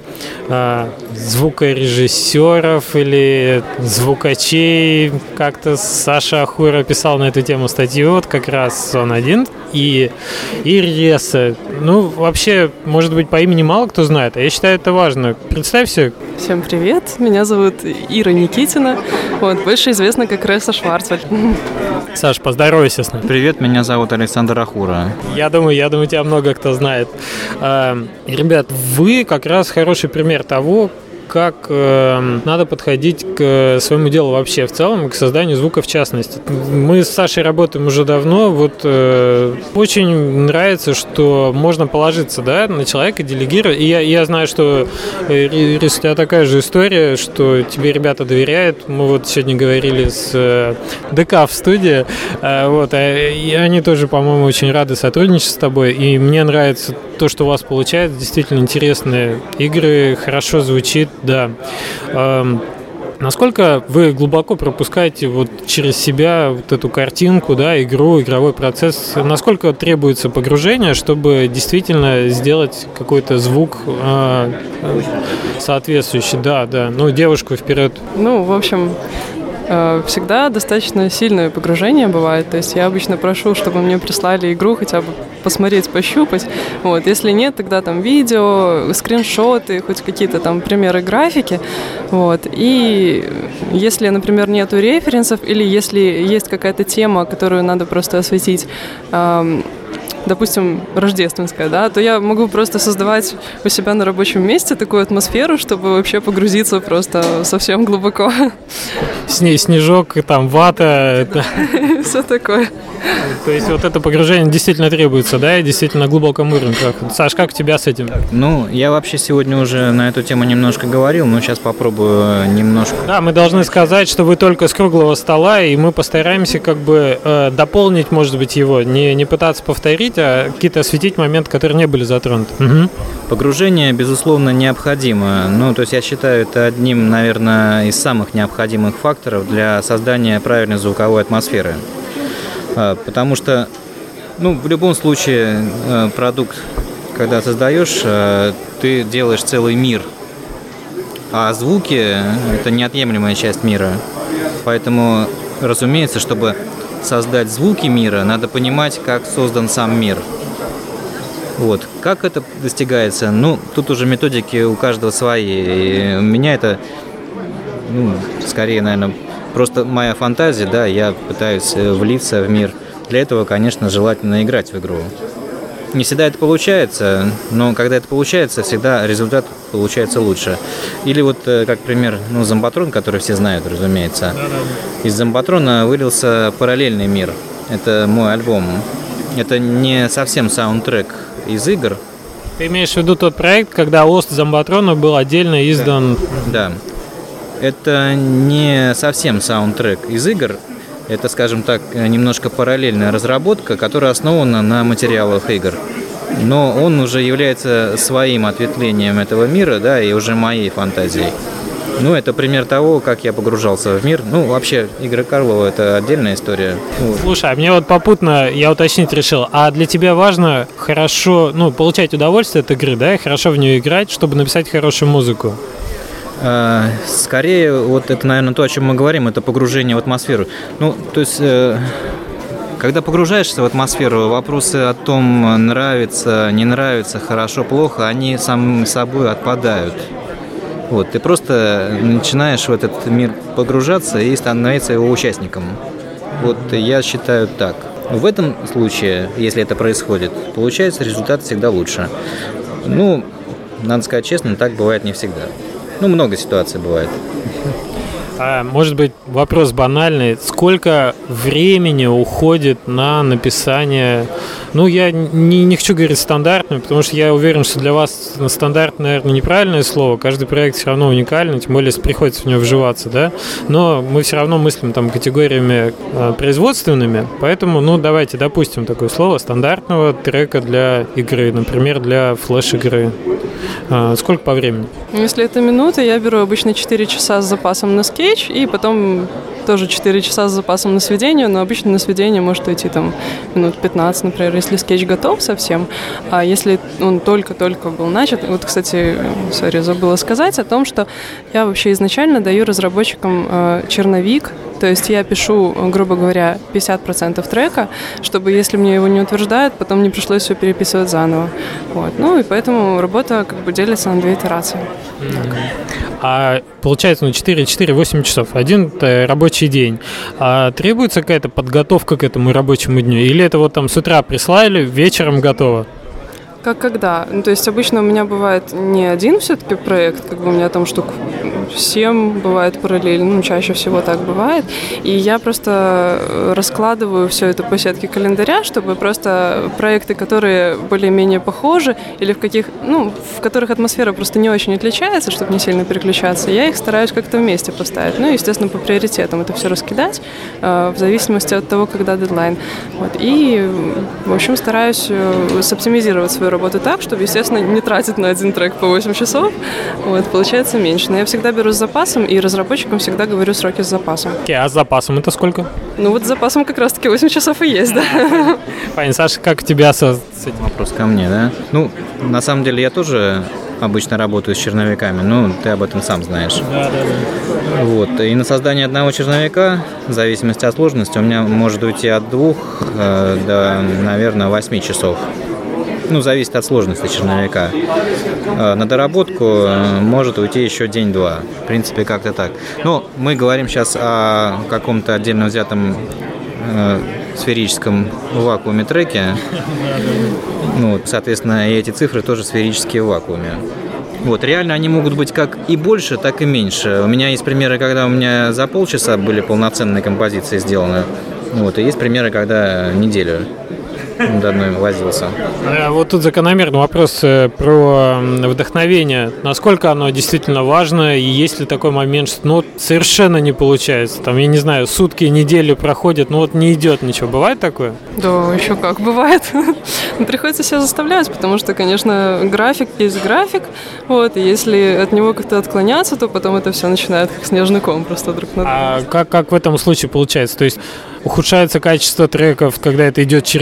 звукорежиссеров или звукачей. Как-то Саша Ахура писал на эту тему статью, вот как раз он один. И Реса. Ну, вообще, может быть, по имени мало кто знает, а я считаю, это важно. Представься. Всем привет, меня зовут Ира Никитина, вот, больше известна как Реса Шварцвальд. Саш, поздоровайся с нами. Привет, меня зовут Александр Ахура. Я думаю, тебя много кто знает. Ребят, вы как раз хороший пример того, как надо подходить к своему делу вообще в целом, и к созданию звука в частности. Мы с Сашей работаем уже давно, вот очень нравится, что можно положиться, да, на человека, делегировать. И я знаю, что, Рис, у тебя такая же история, что тебе ребята доверяют. Мы вот сегодня говорили с ДК в студии, вот, и они тоже, по-моему, очень рады сотрудничать с тобой, и мне нравится то, что у вас получается, действительно интересные игры, хорошо звучит, да. Насколько вы глубоко пропускаете вот через себя вот эту картинку, да, игру, игровой процесс? Насколько требуется погружение, чтобы действительно сделать какой-то звук соответствующий? Да. Ну, девушку вперед. Ну, в общем, всегда достаточно сильное погружение бывает. То есть я обычно прошу, чтобы мне прислали игру хотя бы посмотреть, пощупать. Вот. Если нет, тогда там видео, скриншоты, хоть какие-то там примеры графики. Вот. И если, например, нету референсов или если есть какая-то тема, которую надо просто осветить, допустим, рождественская, да, то я могу просто создавать у себя на рабочем месте такую атмосферу, чтобы вообще погрузиться просто совсем глубоко. Снежок, там вата. Все такое. То есть вот это погружение действительно требуется, да, и действительно глубоком уровне. Саш, как у тебя с этим? Ну, я вообще сегодня уже на эту тему немножко говорил, но сейчас попробую немножко. Да, мы должны сказать, что вы только с круглого стола, и мы постараемся как бы дополнить, может быть, его, не пытаться повторить, а какие-то осветить моменты, которые не были затронуты. Угу. Погружение, безусловно, необходимо. Ну, то есть я считаю, это одним, наверное, из самых необходимых факторов для создания правильной звуковой атмосферы. Потому что Ну, в любом случае, продукт, когда создаешь, ты делаешь целый мир. А звуки – это неотъемлемая часть мира. Поэтому, разумеется, чтобы создать звуки мира, надо понимать, как создан сам мир. Вот. Как это достигается? Ну, тут уже методики у каждого свои. И у меня это, скорее, наверное, просто моя фантазия, да, я пытаюсь влиться в мир. Для этого, конечно, желательно играть в игру. Не всегда это получается, но когда это получается, всегда результат получается лучше. Или вот, как пример, Зомботрон, который все знают, разумеется. Из Зомботрона вылился параллельный мир. Это мой альбом. Это не совсем саундтрек из игр. Ты имеешь в виду тот проект, когда Ост Зомботрона был отдельно издан? Да. Это не совсем саундтрек из игр. Это, скажем так, немножко параллельная разработка, которая основана на материалах игр. Но он уже является своим ответвлением этого мира, да, и уже моей фантазией. Это пример того, как я погружался в мир. Вообще, игры Карлова – это отдельная история. Слушай, а мне вот попутно, я уточнить решил, а для тебя важно хорошо, получать удовольствие от игры, да, и хорошо в нее играть, чтобы написать хорошую музыку? Скорее, вот это, наверное, то, о чем мы говорим, это погружение в атмосферу. То есть, когда погружаешься в атмосферу, вопросы о том, нравится, не нравится, хорошо, плохо, они самим собой отпадают. Вот, ты просто начинаешь в этот мир погружаться и становиться его участником. Вот я считаю так. В этом случае, если это происходит, получается результат всегда лучше. Надо сказать честно, так бывает не всегда. Много ситуаций бывает. Может быть, вопрос банальный. Сколько времени уходит на написание? Я не хочу говорить стандартное, потому что я уверен, что для вас стандарт, наверное, неправильное слово. Каждый проект все равно уникальный, тем более, если приходится в него вживаться, да? Но мы все равно мыслим там категориями производственными, поэтому, давайте допустим такое слово стандартного трека для игры, например, для флеш-игры. Сколько по времени? Если это минута, я беру обычно 4 часа с запасом на скетч, и потом тоже 4 часа с запасом на сведение, но обычно на сведение может уйти минут 15, например, если скетч готов совсем. А если он только-только был начат, вот, кстати, забыла сказать о том, что я вообще изначально даю разработчикам черновик, то есть я пишу, грубо говоря, 50% трека, чтобы, если мне его не утверждают, потом не пришлось все переписывать заново. Вот. И поэтому работа делится на 2 итерации. А получается, 4-8 часов, один рабочий день. А требуется какая-то подготовка к этому рабочему дню? Или это вот там с утра прислали, вечером готово? Как когда? То есть обычно у меня бывает не один все-таки проект, у меня там штук 7 бывает параллельно, чаще всего так бывает. И я просто раскладываю все это по сетке календаря, чтобы просто проекты, которые более-менее похожи, или в которых атмосфера просто не очень отличается, чтобы не сильно переключаться, я их стараюсь как-то вместе поставить. Естественно, по приоритетам это все раскидать, в зависимости от того, когда дедлайн. Вот. И, в общем, стараюсь соптимизировать свою работу так, чтобы, естественно, не тратить на один трек по 8 часов. Вот, получается меньше. Но я всегда беру с запасом, и разработчикам всегда говорю сроки с запасом. А с запасом это сколько? Вот с запасом как раз-таки 8 часов и есть, да. Понятно. Саша, как у тебя с этим? Вопрос ко мне, да? На самом деле я тоже обычно работаю с черновиками, ты об этом сам знаешь. Да. Вот. И на создание одного черновика, в зависимости от сложности, у меня может уйти от 2 до, наверное, 8 часов. Зависит от сложности черновика. На доработку может уйти еще день-два. В принципе, как-то так. Мы говорим сейчас о каком-то отдельно взятом сферическом вакууме треке. Соответственно, и эти цифры тоже сферические в вакууме. Реально они могут быть как и больше, так и меньше. У меня есть примеры, когда у меня за полчаса были полноценные композиции сделаны. И есть примеры, когда неделю над одной возился. Вот тут закономерный вопрос про вдохновение. Насколько оно действительно важно, и есть ли такой момент, что совершенно не получается? Я не знаю, сутки, недели проходят, не идет ничего. Бывает такое? Да, еще как бывает. Приходится себя заставлять, потому что, конечно, график есть график. И если от него как-то отклоняться, то потом это все начинает как снежный ком просто друг на друга. А как в этом случае получается? То есть ухудшается качество треков, когда это идет через силу,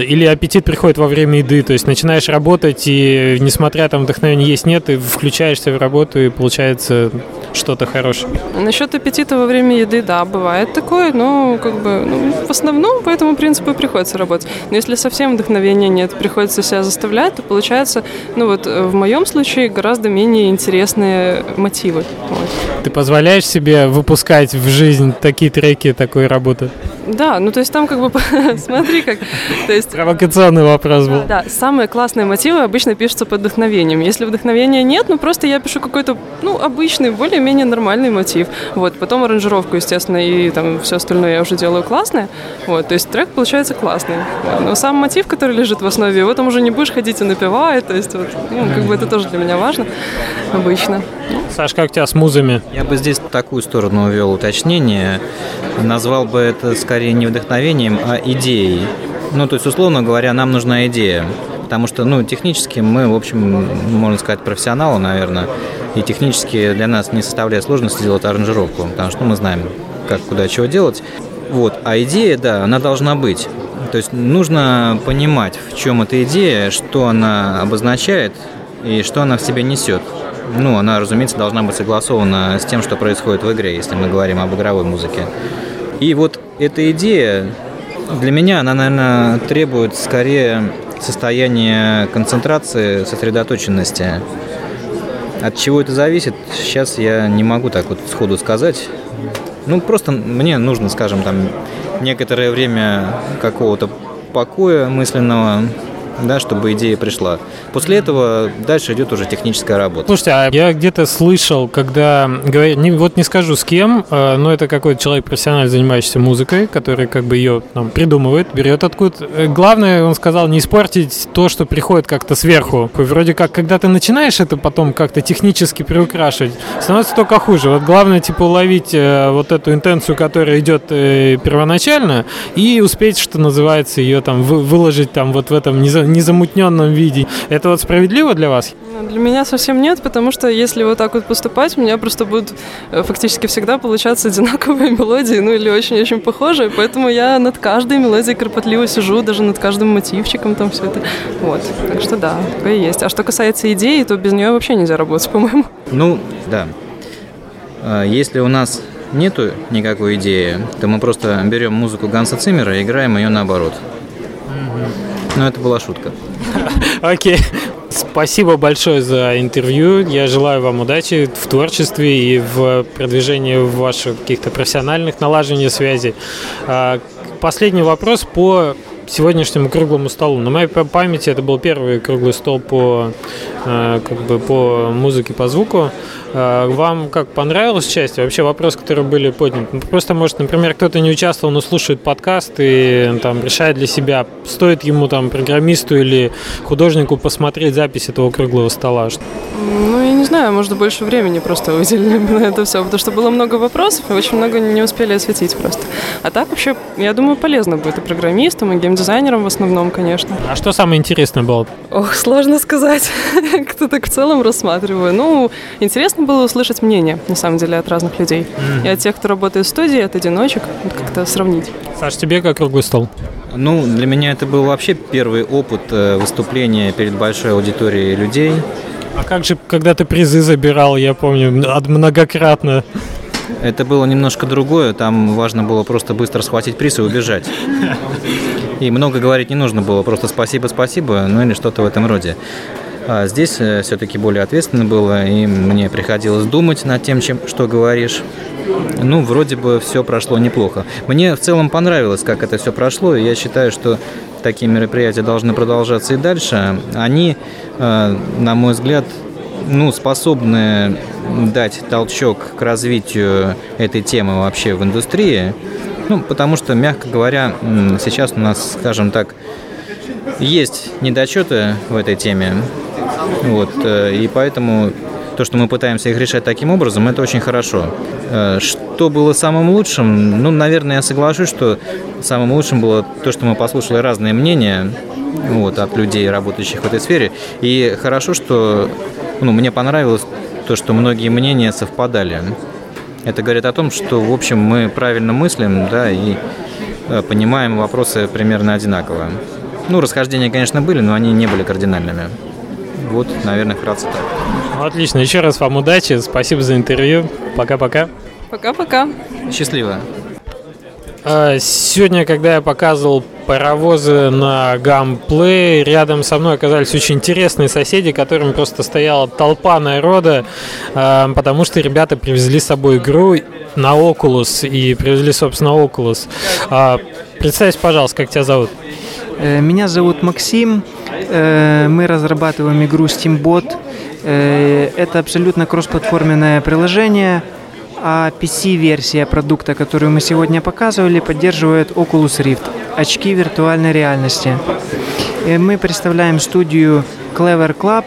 или аппетит приходит во время еды, то есть начинаешь работать, и несмотря там вдохновения есть, нет, ты включаешься в работу, и получается что-то хорошее. Насчет аппетита во время еды, да, бывает такое, но в основном по этому принципу приходится работать. Но если совсем вдохновения нет, приходится себя заставлять, то получается, в моем случае гораздо менее интересные мотивы. Вот. Ты позволяешь себе выпускать в жизнь такие треки, такой работы? Да, то есть там смотри как. То есть, провокационный вопрос был. Да, самые классные мотивы обычно пишутся под вдохновением. Если вдохновения нет, просто я пишу какой-то, обычный, более-менее нормальный мотив. Вот, потом аранжировку, естественно, и там все остальное я уже делаю классное. Вот, то есть трек получается классный. Но сам мотив, который лежит в основе, его там уже не будешь ходить и напевать. То есть, это тоже для меня важно обычно. Саш, как у тебя с музами? Я бы здесь такую сторону ввел уточнение. Назвал бы это скорее не вдохновением, а идеей. То есть, условно говоря, нам нужна идея. Потому что, технически мы, в общем, можно сказать, профессионалы, наверное. И технически для нас не составляет сложности делать аранжировку. Потому что мы знаем, как, куда, чего делать. Вот. А идея, да, она должна быть. То есть нужно понимать, в чем эта идея, что она обозначает и что она в себе несет. Она, разумеется, должна быть согласована с тем, что происходит в игре, если мы говорим об игровой музыке. И вот эта идея, для меня, она, наверное, требует скорее состояния концентрации, сосредоточенности. От чего это зависит, сейчас я не могу так вот сходу сказать. Просто мне нужно, скажем, некоторое время какого-то покоя мысленного, да, чтобы идея пришла. После этого дальше идет уже техническая работа. Слушайте, а я где-то слышал, когда говорят, не скажу с кем, но это какой-то человек профессионально занимающийся музыкой, который ее придумывает, берет откуда. Главное, он сказал, не испортить то, что приходит как-то сверху. Вроде как, когда ты начинаешь это потом как-то технически приукрашивать, становится только хуже. Вот главное, уловить вот эту интенцию, которая идет первоначально, и успеть, что называется, ее выложить вот в этом незамутненном виде. Это справедливо для вас? Для меня совсем нет, потому что если вот так вот поступать, у меня просто будут фактически всегда получаться одинаковые мелодии, или очень-очень похожие, поэтому я над каждой мелодией кропотливо сижу, даже над каждым мотивчиком все это. Вот, так что да, такое есть. А что касается идеи, то без нее вообще нельзя работать, по-моему. Да. Если у нас нету никакой идеи, то мы просто берем музыку Ганса Циммера и играем ее наоборот. Это была шутка. Окей. Спасибо большое за интервью. Я желаю вам удачи в творчестве и в продвижении ваших каких-то профессиональных налаживаний связей. Последний вопрос по сегодняшнему круглому столу. На моей памяти это был первый круглый стол по музыке, по звуку. Вам как понравилось участие? Вообще вопросы, которые были подняты. Просто, может, например, кто-то не участвовал, но слушает подкаст и решает для себя, стоит ему программисту или художнику посмотреть запись этого круглого стола. Я не знаю, может, больше времени просто выделили на это все, потому что было много вопросов, и очень много не успели осветить просто. А так вообще, я думаю, полезно будет и программистам, и геймдизайнерам в основном, конечно. А что самое интересное было? Сложно сказать. Кто так в целом рассматриваю. Интересно было услышать мнение, на самом деле, от разных людей. И от тех, кто работает в студии, от одиночек, как-то сравнить. Саш, тебе как круглый стол? Для меня это был вообще первый опыт выступления перед большой аудиторией людей. А как же, когда ты призы забирал, я помню, многократно? Это было немножко другое, там важно было просто быстро схватить приз и убежать. И много говорить не нужно было, просто спасибо, или что-то в этом роде. А здесь все-таки более ответственно было, и мне приходилось думать над тем, что говоришь. Вроде бы все прошло неплохо. Мне в целом понравилось, как это все прошло, и я считаю, что такие мероприятия должны продолжаться и дальше. Они, на мой взгляд, способны дать толчок к развитию этой темы вообще в индустрии. Потому что, мягко говоря, сейчас у нас, скажем так, есть недочеты в этой теме. И поэтому то, что мы пытаемся их решать таким образом, это очень хорошо. Что было самым лучшим? Наверное, я соглашусь, что самым лучшим было то, что мы послушали разные мнения от людей, работающих в этой сфере. И хорошо, что мне понравилось то, что многие мнения совпадали. Это говорит о том, что, в общем, мы правильно мыслим, да, и понимаем вопросы примерно одинаково. Ну, расхождения, конечно, были, но они не были кардинальными. Вот, наверное, вкратце так. Отлично. Еще раз вам удачи. Спасибо за интервью. Пока-пока. Пока-пока. Счастливо. Сегодня, когда я показывал паровозы на гамплей, рядом со мной оказались очень интересные соседи, которым просто стояла толпа народа, потому что ребята привезли с собой игру на Oculus и привезли, собственно, Oculus. Представься, пожалуйста, как тебя зовут? Меня зовут Максим. Мы разрабатываем игру Steambot. Это абсолютно кроссплатформенное приложение. А PC-версия продукта, которую мы сегодня показывали, поддерживает Oculus Rift, очки виртуальной реальности. Мы представляем студию Clever Club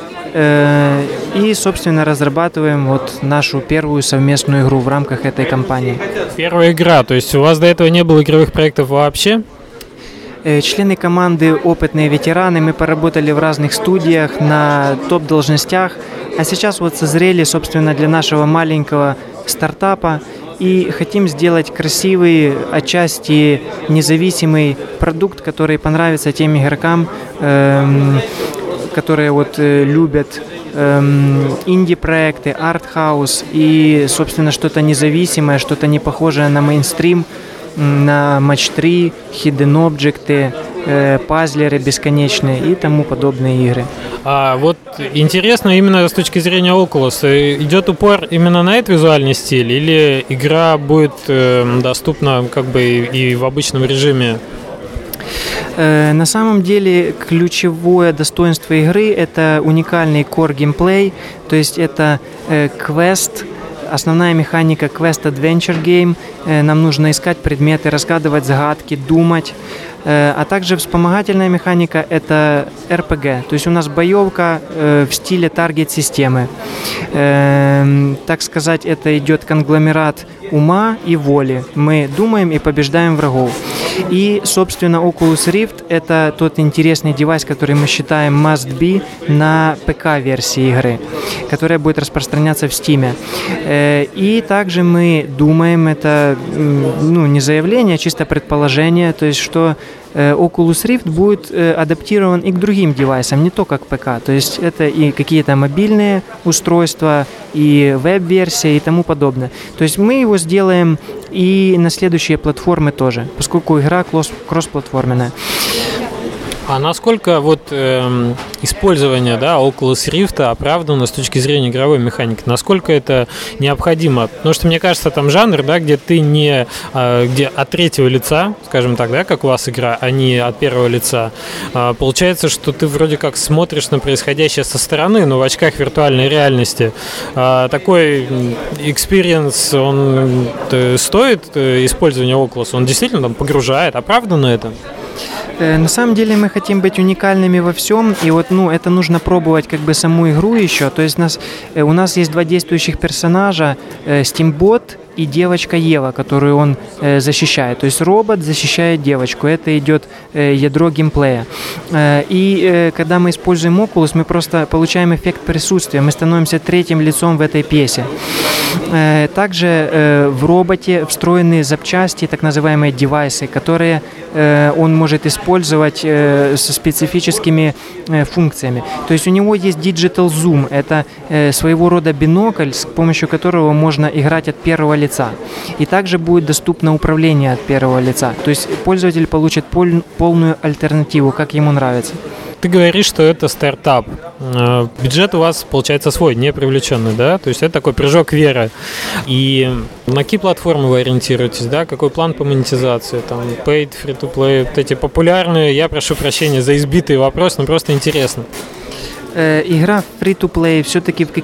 и, собственно, разрабатываем вот нашу первую совместную игру в рамках этой компании. Первая игра, то есть у вас до этого не было игровых проектов вообще? Члены команды опытные ветераны, мы поработали в разных студиях, на топ-должностях, а сейчас вот созрели, собственно, для нашего маленького стартапа и хотим сделать красивый, отчасти независимый продукт, который понравится тем игрокам, которые вот любят инди-проекты, арт-хаус и, собственно, что-то независимое, что-то не похожее на мейнстрим, на матч-3, хидden-объекты, пазлеры бесконечные и тому подобные игры. Вот интересно именно с точки зрения Oculus, идет упор именно на этот визуальный стиль или игра будет доступна как бы и в обычном режиме? На самом деле ключевое достоинство игры – это уникальный core геймплей, то есть это квест. Основная механика Quest Adventure Game. Нам нужно искать предметы, разгадывать загадки, думать. А также вспомогательная механика – это RPG. То есть у нас боевка в стиле таргет-системы. Так сказать, это идет конгломерат ума и воли. Мы думаем и побеждаем врагов. И, собственно, Oculus Rift – это тот интересный девайс, который мы считаем must-be на ПК-версии игры, которая будет распространяться в Steam. И также мы думаем, это не заявление, а чисто предположение, то есть что Oculus Rift будет адаптирован и к другим девайсам, не только к ПК. То есть это и какие-то мобильные устройства, и веб-версия, и тому подобное. То есть мы его сделаем и на следующие платформы тоже, поскольку игра кроссплатформенная. А насколько вот использование Oculus Rift оправдано с точки зрения игровой механики? Насколько это необходимо? Потому что, мне кажется, там жанр, где ты не где от третьего лица, скажем так, как у вас игра, а не от первого лица. Получается, что ты вроде как смотришь на происходящее со стороны, но в очках виртуальной реальности. Такой экспириенс, он стоит использования Oculus? Он действительно там погружает? Оправдано это? На самом деле мы хотим быть уникальными во всем, и вот это нужно пробовать как бы саму игру еще. То есть у нас есть два действующих персонажа, Steambot и девочка Ева, которую он защищает. То есть робот защищает девочку. Это идет ядро геймплея. И когда мы используем Oculus, мы просто получаем эффект присутствия. Мы становимся третьим лицом в этой пьесе. Также в роботе встроены запчасти, так называемые девайсы, которые он может использовать со специфическими функциями. То есть у него есть Digital Zoom. Это своего рода бинокль, с помощью которого можно играть от первого лица. И также будет доступно управление от первого лица. То есть пользователь получит полную альтернативу, как ему нравится. Ты говоришь, что это стартап. Бюджет у вас, получается, свой, не привлеченный, да? То есть это такой прыжок веры. И на какие платформы вы ориентируетесь, да? Какой план по монетизации? Там, paid, free-to-play, вот эти популярные. Я прошу прощения за избитый вопрос, но просто интересно. Игра free-to-play все-таки в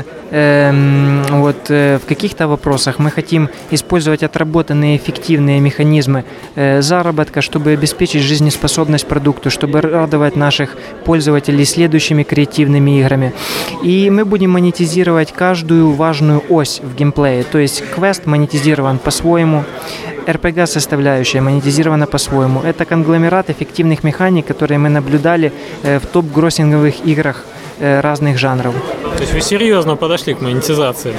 каких-то вопросах мы хотим использовать отработанные эффективные механизмы заработка, чтобы обеспечить жизнеспособность продукту, чтобы радовать наших пользователей следующими креативными играми. И мы будем монетизировать каждую важную ось в геймплее. То есть квест монетизирован по-своему, RPG-составляющая монетизирована по-своему. Это конгломерат эффективных механик, которые мы наблюдали в топ-гроссинговых играх разных жанров. То есть вы серьезно подошли к монетизации?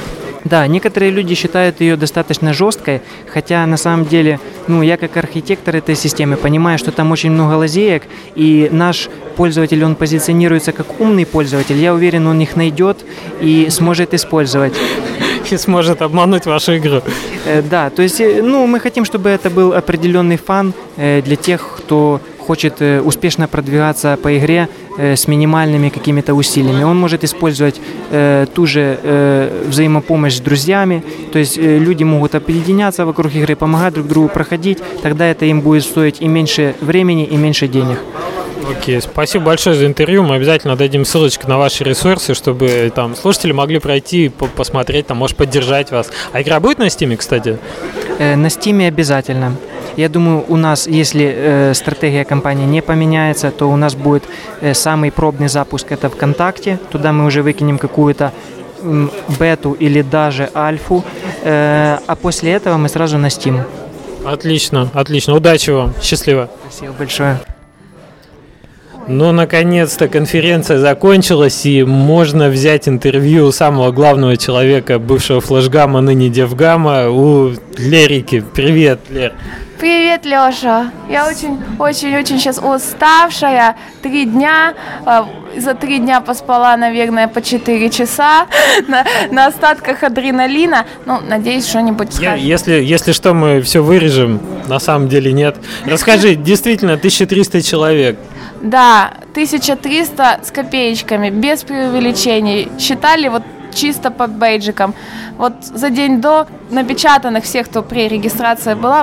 Да, некоторые люди считают ее достаточно жесткой, хотя на самом деле, я как архитектор этой системы понимаю, что там очень много лазеек, и наш пользователь, он позиционируется как умный пользователь. Я уверен, он их найдет и сможет использовать. И сможет обмануть вашу игру. Да, то есть, мы хотим, чтобы это был определенный фан для тех, кто хочет успешно продвигаться по игре с минимальными какими-то усилиями. Он может использовать ту же взаимопомощь с друзьями, то есть люди могут объединяться вокруг игры, помогать друг другу проходить, тогда это им будет стоить и меньше времени, и меньше денег. Окей, спасибо большое за интервью. Мы обязательно дадим ссылочку на ваши ресурсы, чтобы там слушатели могли пройти, посмотреть, там, может, поддержать вас. А игра будет на Steam, кстати? На Steam обязательно. Я думаю, у нас, если стратегия компании не поменяется, то у нас будет самый пробный запуск, это ВКонтакте. Туда мы уже выкинем какую-то бету или даже альфу, а после этого мы сразу на Steam. Отлично, отлично. Удачи вам. Счастливо. Спасибо большое. Ну, наконец-то конференция закончилась, и можно взять интервью у самого главного человека, бывшего флешгама, ныне девгама, у Лерики. Привет, Лер. Привет, Леша. Я очень сейчас уставшая. 3 дня. За 3 дня поспала, наверное, по 4 часа на остатках адреналина. Надеюсь, что-нибудь скажешь. Если что, мы все вырежем. На самом деле нет. Расскажи, действительно, 1300 человек. Да, 1300 с копеечками, без преувеличений. Считали чисто по бейджикам. За день до напечатанных всех, кто при регистрации было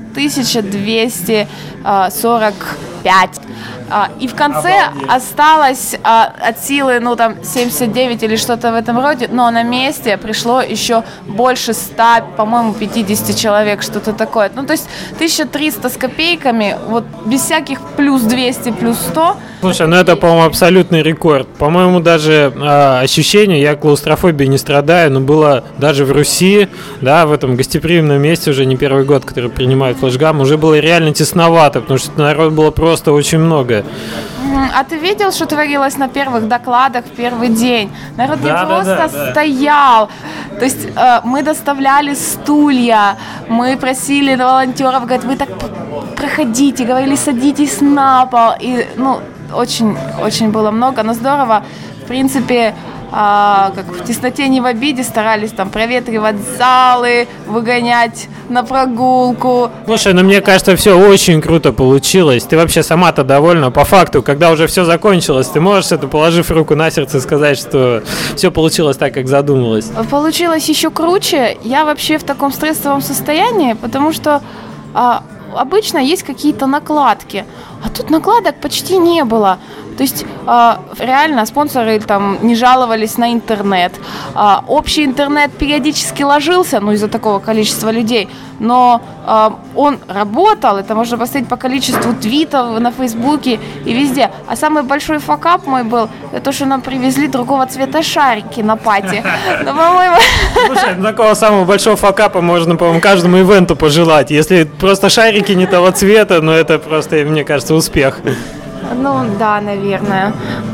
1245. И в конце осталось от силы, 79 или что-то в этом роде, но на месте пришло еще больше 100, по-моему, 50 человек, что-то такое. То есть 1300 с копейками, без всяких плюс 200, плюс 100. Слушай, это, по-моему, абсолютный рекорд. По-моему, даже ощущение, я клаустрофобией не страдаю, но было даже в Руси, да, в этом гостеприимном месте уже не первый год, который принимает флешгам, уже было реально тесновато, потому что народ было просто очень много. А ты видел, что творилось на первых докладах в первый день? Народ не просто стоял. То есть мы доставляли стулья, мы просили волонтеров, говорят, вы так проходите, говорили, садитесь на пол. И, очень было много, но здорово. В принципе, как в тесноте не в обиде, старались там проветривать залы, выгонять на прогулку. Слушай, мне кажется, все очень круто получилось. Ты вообще сама-то довольна? По факту, когда уже все закончилось, ты можешь, положив руку на сердце, сказать, что все получилось так, как задумалось? Получилось еще круче. Я вообще в таком стрессовом состоянии, потому что обычно есть какие-то накладки, а тут накладок почти не было. То есть реально спонсоры там не жаловались на интернет. Общий интернет периодически ложился, из-за такого количества людей, но он работал, это можно посмотреть по количеству твитов на Фейсбуке и везде. А самый большой факап мой был, это то, что нам привезли другого цвета шарики на пати. Слушай, такого самого большого факапа можно, по-моему, каждому ивенту пожелать. Если просто шарики не того цвета, это просто, мне кажется, успех. Да, наверное.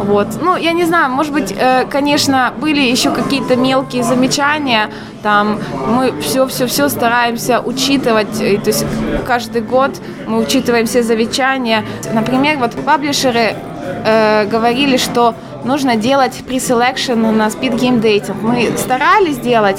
Я не знаю, может быть, конечно, были еще какие-то мелкие замечания. Там мы все стараемся учитывать. То есть каждый год мы учитываем все замечания. Например, паблишеры говорили, что нужно делать pre-selection на Speed Game Dating. Мы старались делать,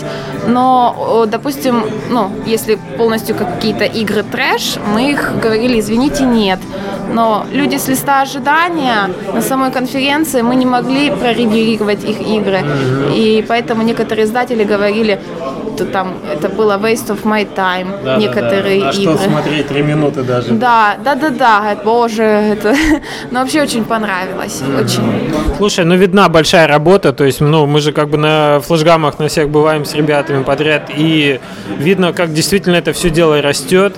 но, допустим, если полностью какие-то игры трэш, мы их говорили, извините, нет. Но люди с листа ожидания на самой конференции мы не могли прорегулировать их игры. И поэтому некоторые издатели говорили, что там это было waste of my time, некоторые игры. А что смотреть 3 минуты даже? Да. Боже, это... Но вообще очень понравилось. Очень. Слушай, видна большая работа, то есть, мы же на флешгамах на всех бываем с ребятами подряд, и видно, как действительно это все дело растет.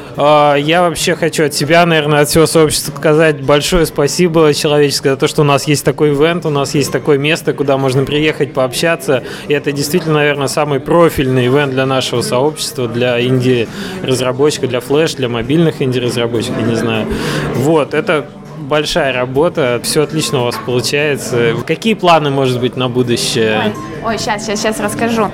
Я вообще хочу от себя, наверное, от всего сообщества сказать большое спасибо человеческое за то, что у нас есть такой ивент, у нас есть такое место, куда можно приехать, пообщаться. И это действительно, наверное, самый профильный ивент для нашего сообщества, для инди-разработчиков, для флеш, для мобильных инди-разработчиков, я не знаю. Это большая работа, все отлично у вас получается. Какие планы, может быть, на будущее? Ой, сейчас расскажу.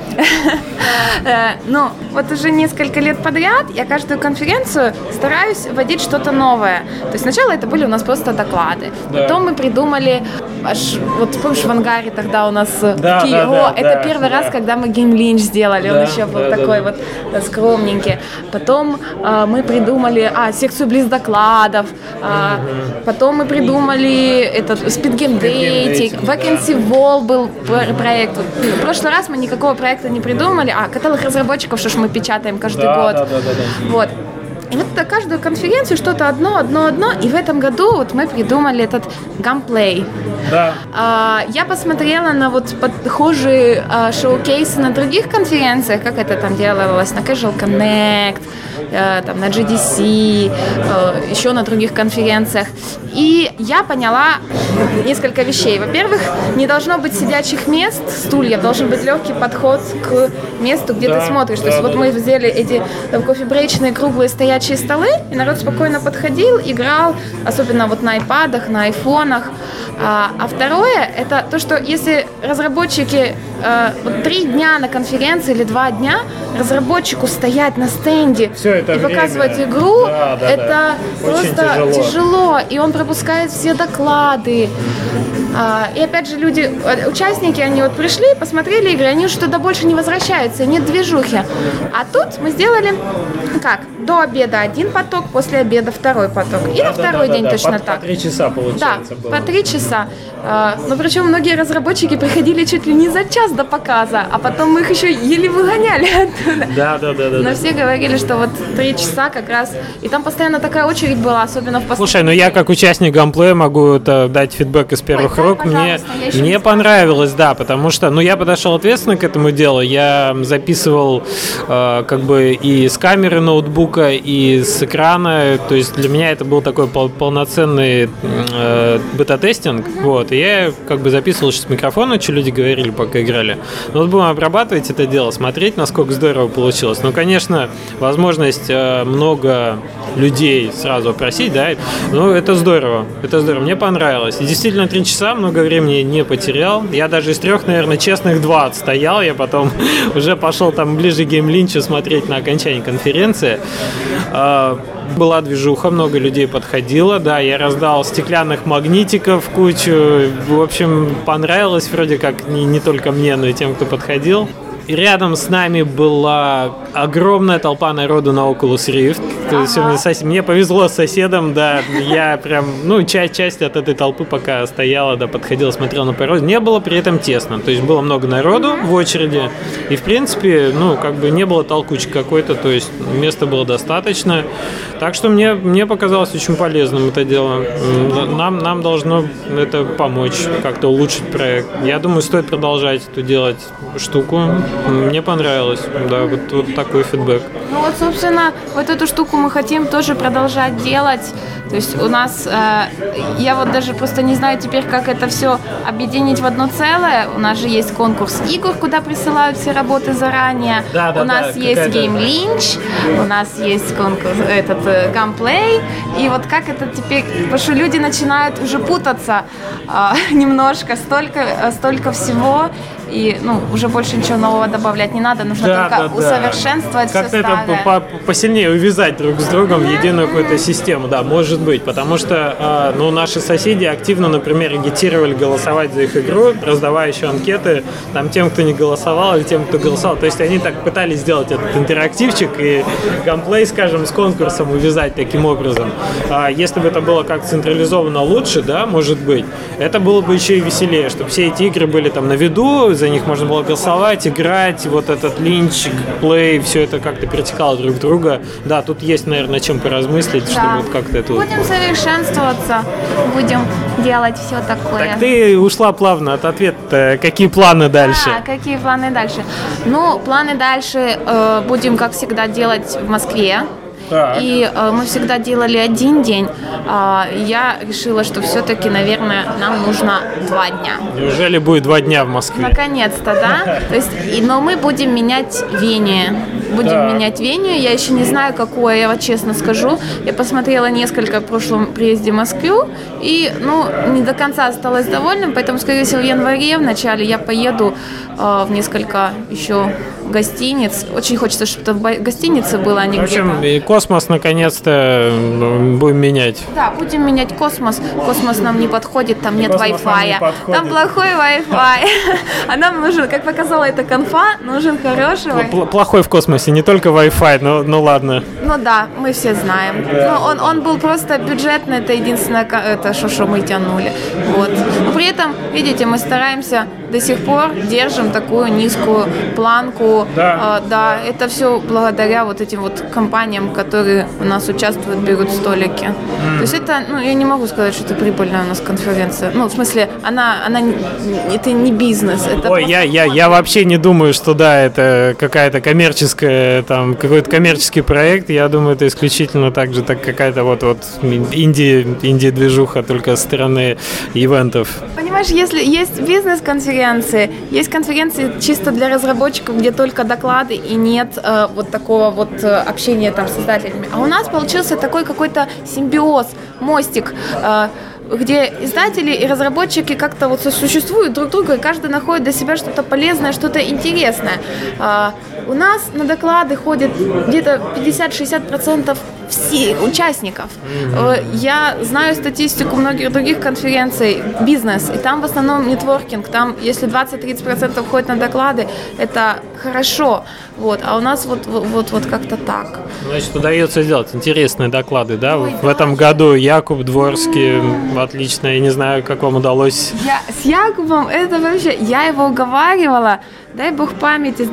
Ну, вот уже несколько лет подряд я каждую конференцию стараюсь вводить что-то новое. То есть сначала это были у нас просто доклады. Потом мы придумали, вот помнишь, в ангаре тогда у нас это первый раз, когда мы Game Lynch сделали. Он еще был такой вот скромненький. Потом мы придумали секцию близ-докладов. Потом мы придумали этот Speed Game Dating. Vacancy Wall был проект. В прошлый раз мы никакого проекта не придумали. Каталог разработчиков, что ж мы печатаем каждый год. Вот. И вот на каждую конференцию что-то одно. И в этом году вот мы придумали этот Gunplay. Да. Я посмотрела на вот похожие шоу-кейсы на других конференциях, как это там делалось на Casual Connect, там, на GDC, еще на других конференциях. И я поняла несколько вещей. Во-первых, не должно быть сидячих мест, стульев, должен быть легкий подход к месту, где ты смотришь. То есть вот мы взяли эти кофе-брейчные круглые стоячие столы, и народ спокойно подходил, играл, особенно вот на айпадах, на айфонах. А второе, это то, что если разработчики вот 3 дня на конференции или 2 дня разработчику стоять на стенде и показывать игру, это просто тяжело. И он пропускает все доклады. И опять же люди, участники, они вот пришли, посмотрели игры, они уже туда больше не возвращаются, нет движухи. А тут мы сделали как? До обеда один поток, после обеда второй поток. И на второй день точно так. По 3 часа получается было. По 3 часа. Но причем многие разработчики приходили чуть ли не за час до показа, а потом мы их еще еле выгоняли оттуда. Да. Но все говорили, что вот 3 часа как раз. И там постоянно такая очередь была, особенно в последнем. Слушай, ну я как участник Gunplay могу дать фидбэк из первых рук. Мне понравилось, да, потому что, я подошел ответственно к этому делу. Я записывал как бы и с камеры ноутбука, и с экрана. То есть для меня это был такой полноценный бета-тестинг. Вот. И я как бы записывал с микрофона, что люди говорили, пока играли. Но вот будем обрабатывать это дело, смотреть, насколько здорово получилось. Ну, конечно, возможность много людей сразу опросить, да, это здорово. Это здорово. Мне понравилось. И действительно 3 часа, много времени не потерял. Я даже из 3, наверное, честных 2 отстоял. Я потом уже пошел там ближе к Game Lynch смотреть на окончание конференции. Была движуха, много людей подходило, да, я раздал стеклянных магнитиков кучу, в общем, понравилось вроде как не только мне, но и тем, кто подходил. И рядом с нами была огромная толпа народу на Oculus Rift. То есть мне повезло с соседом, да, я прям, часть от этой толпы пока стояла, да, подходила, смотрела на природу. Не было при этом тесно, то есть было много народу в очереди, и в принципе, как бы не было толкучки какой-то, то есть места было достаточно. Так что мне показалось очень полезным это дело. Нам должно это помочь, как-то улучшить проект. Я думаю, стоит продолжать эту делать штуку. Мне понравилось, да, вот такой фидбэк. Вот, собственно, вот эту штуку мы хотим тоже продолжать делать. То есть у нас, я вот даже просто не знаю теперь, как это все объединить в одно целое. У нас же есть конкурс игр, куда присылают все работы заранее. У нас есть Game Lynch, у нас есть конкурс, Gunplay. И вот как это теперь, потому что люди начинают уже путаться немножко, столько всего. И уже больше ничего нового добавлять не надо, нужно только усовершенствовать как-то все старое. Это посильнее увязать друг с другом в единую какую-то систему, да, может быть, потому что наши соседи активно, например, агитировали голосовать за их игру, раздавая еще анкеты там тем, кто не голосовал, или тем, кто голосовал. То есть они так пытались сделать этот интерактивчик и Gunplay, скажем, с конкурсом увязать таким образом. Если бы это было как-то централизованно лучше, да, может быть, это было бы еще и веселее, чтобы все эти игры были там на виду, за них можно было голосовать, играть, вот этот линч, плей, все это как-то перетекало друг в друга. Да, тут есть, наверное, чем поразмыслить, чтобы вот как-то это... Будем совершенствоваться, будем делать все такое. Так ты ушла плавно от ответа. Какие планы дальше? Какие планы дальше? Планы дальше будем, как всегда, делать в Москве. и мы всегда делали один день. Я решила, что все-таки, наверное, нам нужно 2 дня. Неужели будет 2 дня в Москве? Наконец-то, да. То есть, но мы будем менять венue. Менять венue. Я еще не знаю, какое, я вот честно скажу. Я посмотрела несколько в прошлом приезде в Москву, и, не до конца осталась довольна, поэтому, скорее всего, в январе в начале я поеду в несколько еще гостиниц. Очень хочется, чтобы это в гостинице было, а не в общем, и космос наконец-то будем менять. Да, будем менять космос. Космос нам не подходит, там нет Wi-Fi. Там плохой Wi-Fi. А нам нужен, как показала эта конфа, нужен хороший Wi-Fi. Плохой в космосе, не только Wi-Fi, но ладно. Ну да, мы все знаем. Но он был просто бюджетный, это единственное, это что мы тянули. Вот. Но при этом, видите, мы стараемся до сих пор, держим такую низкую планку. Да, это все благодаря вот этим вот компаниям, которые у нас участвуют, берут столики. То есть это, я не могу сказать, что это прибыльная у нас конференция. В смысле, это не бизнес. Это Ой, я вообще не думаю, что это какая-то коммерческая, какой-то коммерческий проект. Я думаю, это исключительно какая-то вот инди-движуха, только со стороны ивентов. Понимаешь, если есть бизнес-конференции, есть конференции чисто для разработчиков, где только доклады и нет вот такого вот общения там с создателями. А у нас получился такой какой-то симбиоз, мостик, где издатели и разработчики как-то вот сосуществуют друг друга, и каждый находит для себя что-то полезное, что-то интересное. У нас на доклады ходит где-то 50-60% всех участников. Я знаю статистику многих других конференций, бизнес, и там в основном нетворкинг. Там, если 20-30% ходит на доклады, это хорошо. Вот. А у нас вот как-то так. Значит, удается сделать интересные доклады, да? В этом году Якуб Дворский, отлично. Я не знаю, как вам удалось. С Якубом, это вообще, я его уговаривала, дай бог памяти, с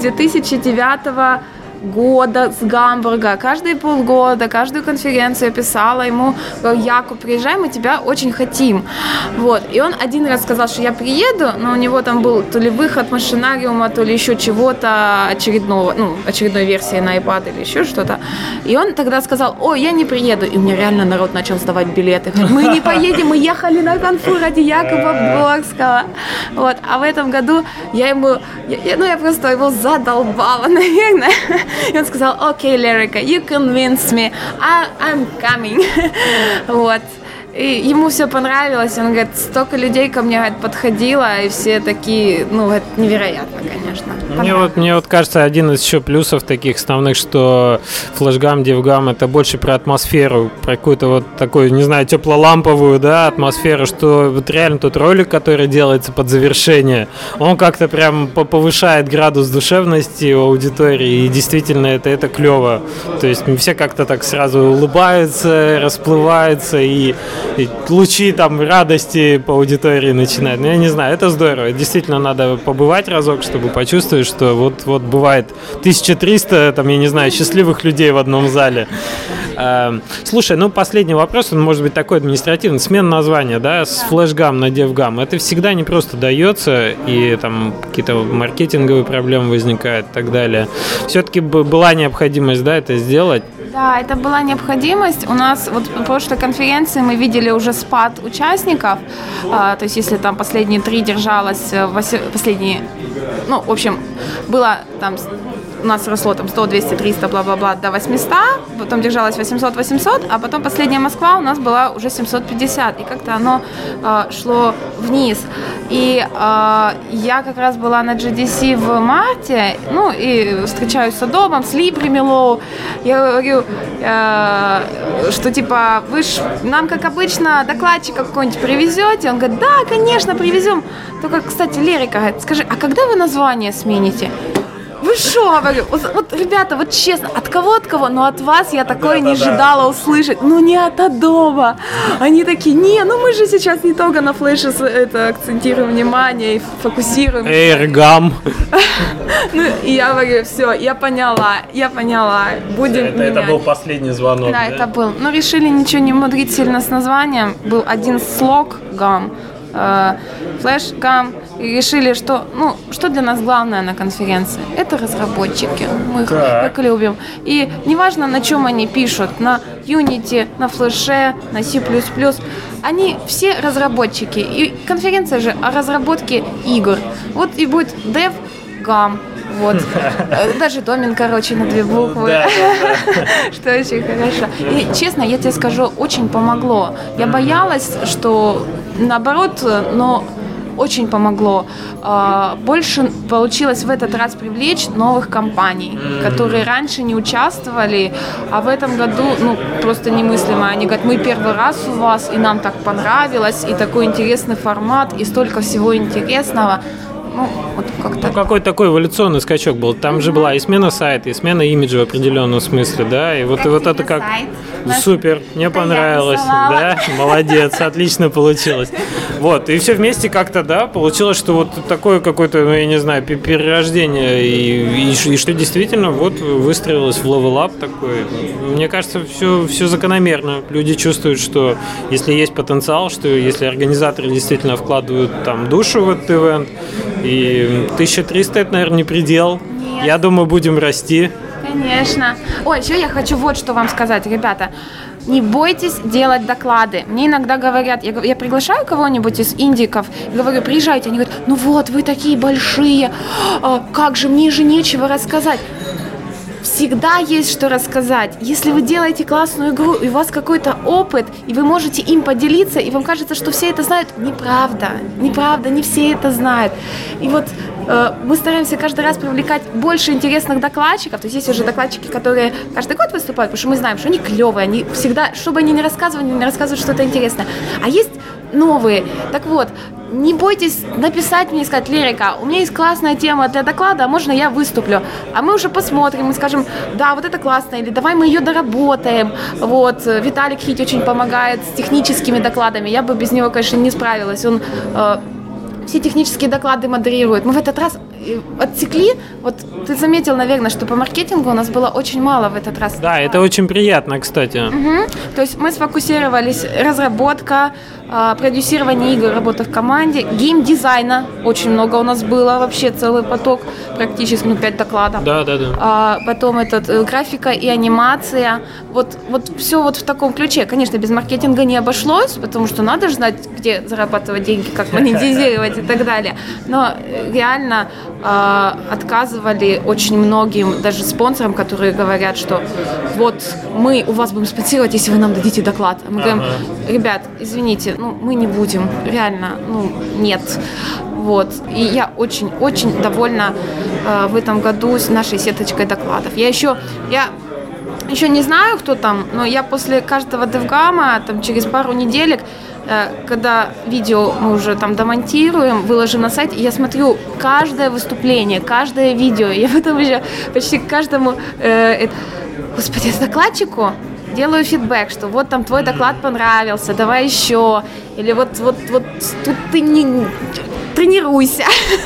2009 года с Гамбурга. Каждые полгода, каждую конференцию я писала ему: Якуб, приезжай, мы тебя очень хотим. Вот. И он один раз сказал, что я приеду, но у него там был то ли выход машинариума, то ли еще чего-то очередной версии на iPad или еще что-то. И он тогда сказал: ой, я не приеду. И у меня реально народ начал сдавать билеты. Говорит, мы не поедем, мы ехали на конфу ради Якуба Дворского. Вот. А в этом году я просто его задолбала, наверное. И он сказал: окей, Лерика, you convinced me, I'm coming. Вот. И ему все понравилось. Он говорит, столько людей ко мне подходило, и все такие, это невероятно, конечно. Мне вот кажется, один из еще плюсов таких основных, что FlashGam, DevGam — это больше про атмосферу, про какую-то вот такую, не знаю, теплоламповую, атмосферу, что вот реально тот ролик, который делается под завершение, он как-то прям повышает градус душевности у аудитории, и действительно это клево. То есть все как-то так сразу улыбаются, расплываются, и лучи там радости по аудитории начинают. Я не знаю, это здорово. Действительно, надо побывать разок, чтобы почувствовать, что вот бывает 1300, я не знаю, счастливых людей в одном зале. Слушай, последний вопрос, он может быть такой административный. Смена названия, с FlashGam на DevGam. Это всегда не просто дается, и там какие-то маркетинговые проблемы возникают и так далее. Все-таки была необходимость, это сделать? Да, это была необходимость. У нас вот в прошлой конференции мы видели уже спад участников. То есть если там последние 3 держалось, было там, у нас росло там 100, 200, 300, бла-бла-бла до 800, потом держалось 800, а потом последняя Москва у нас была уже 750, и как-то оно шло вниз. И я как раз была на GDC в марте, и встречаюсь с Адобом, с Либри Милоу. Я говорю, что типа, вы ж нам, как обычно, докладчика какой-нибудь привезете? Он говорит, да, конечно, привезем. Только, кстати, Лерика говорит, скажи, а когда вы название смените? Вы шо, говорю, вот, ребята, вот честно, от кого, но от вас я такое не ожидала услышать, не от Adobe. Они такие, мы же сейчас не только на флеше акцентируем внимание и фокусируем. AirGam. И я говорю, все, я поняла, будем менять. Это был последний звонок, да? Это был, решили ничего не мудрить сильно с названием, был один слог, GAM. Flash.com и решили, что, что для нас главное на конференции? Это разработчики. Мы их так любим. И неважно, на чем они пишут, на Unity, на Flash, на C++, они все разработчики. И конференция же о разработке игр. Вот и будет DevGam. Вот. Даже домен, короче, на 2 буквы. Что очень хорошо. И, честно, я тебе скажу, очень помогло. Я боялась, что наоборот, но очень помогло. Больше получилось в этот раз привлечь новых компаний, которые раньше не участвовали, а в этом году, просто немыслимо. Они говорят, мы первый раз у вас, и нам так понравилось, и такой интересный формат, и столько всего интересного. Вот как-то. Какой такой эволюционный скачок был. Там же была и смена сайта, и смена имиджа в определенном смысле, да, и вот это как супер, мне понравилось, да, молодец, отлично получилось. Вот, и все вместе как-то, да, получилось, что вот такое какое-то, я не знаю, перерождение, и что действительно вот выстроилось в левел-ап такой. Мне кажется, все закономерно. Люди чувствуют, что если есть потенциал, что если организаторы действительно вкладывают там душу в этот ивент, и 1300 это, наверное, не предел. Нет. Я думаю, будем расти. Конечно. Ой, еще я хочу вот что вам сказать, ребята. Не бойтесь делать доклады. Мне иногда говорят, я приглашаю кого-нибудь из индиков, говорю, приезжайте. Они говорят, вот вы такие большие, как же, мне же нечего рассказать. Всегда есть что рассказать. Если вы делаете классную игру, и у вас какой-то опыт, и вы можете им поделиться, и вам кажется, что все это знают, неправда, не все это знают. И вот мы стараемся каждый раз привлекать больше интересных докладчиков. То есть есть уже докладчики, которые каждый год выступают, потому что мы знаем, что они клевые, они всегда, что бы они ни рассказывают что-то интересное. А есть новые. Так вот, не бойтесь написать мне и сказать, Лерика, у меня есть классная тема для доклада, а можно я выступлю? А мы уже посмотрим и скажем, да, вот это классно, или давай мы ее доработаем. Вот, Виталик Хить очень помогает с техническими докладами. Я бы без него, конечно, не справилась. Он все технические доклады модерирует. Мы в этот раз отсекли, вот ты заметил, наверное, что по маркетингу у нас было очень мало в этот раз. Да, это очень приятно, кстати. То есть мы сфокусировались, разработка, продюсирование игр, работа в команде, геймдизайна очень много у нас было, вообще целый поток, практически 5 докладов. Да. Потом графика и анимация, вот все вот в таком ключе. Конечно, без маркетинга не обошлось, потому что надо же знать, где зарабатывать деньги, как монетизировать и так далее. Но реально отказывали очень многим, даже спонсорам, которые говорят, что вот мы у вас будем спонсировать, если вы нам дадите доклад. Мы говорим, ребят, извините, мы не будем, реально, нет. Вот. И я очень-очень довольна в этом году с нашей сеточкой докладов. Я еще не знаю, кто там, но я после каждого DevGam, там через пару неделек, когда видео мы уже там домонтируем, выложим на сайт, я смотрю каждое выступление, каждое видео. Я потом еще почти каждому докладчику делаю фидбэк, что вот там твой доклад понравился, давай еще. Или вот тут ты не тренируйся.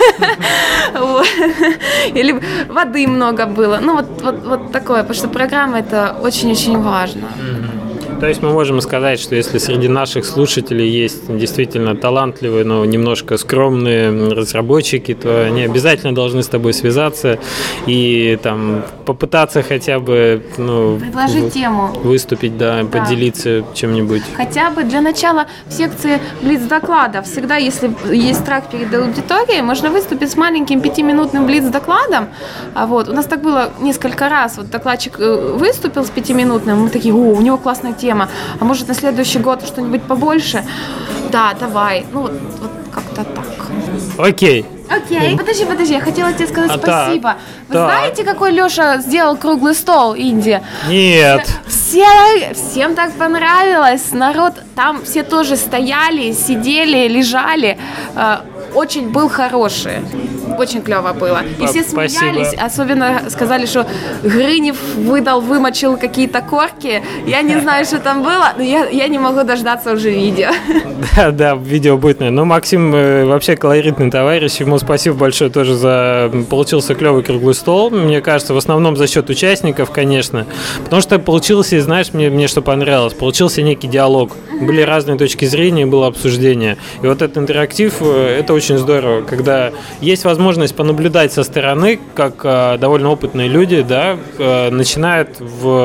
Или воды много было. Вот такое, потому что программа это очень-очень важно. То есть мы можем сказать, что если среди наших слушателей есть действительно талантливые, но немножко скромные разработчики, то они обязательно должны с тобой связаться и там попытаться хотя бы предложить тему, выступить, да, поделиться чем-нибудь. Хотя бы для начала в секции блиц-докладов. Всегда, если есть страх перед аудиторией, можно выступить с маленьким 5-минутным блиц-докладом. У нас так было несколько раз. Вот докладчик выступил с 5-минутным, мы такие, у него классная тема. А может на следующий год что-нибудь побольше? Да, давай. Вот как-то так. Окей. Подожди, я хотела тебе сказать спасибо. Вы знаете, какой Леша сделал круглый стол Инди? Нет. Всем так понравилось. Народ, там все тоже стояли, сидели, лежали. Очень был хороший. очень клево было. И все смеялись, Спасибо. особенно сказали, что Гринев вымочил какие-то корки. Я не знаю, что там было, но я не могу дождаться уже видео. Да, видео будет, наверное. Но Максим вообще колоритный товарищ. Ему спасибо большое тоже за... Получился клевый круглый стол. Мне кажется, в основном за счет участников, конечно. Потому что получился, знаешь, мне что понравилось, получился некий диалог. Были разные точки зрения, было обсуждение. И вот этот интерактив, это очень здорово, когда есть возможность понаблюдать со стороны, как довольно опытные люди, да, начинают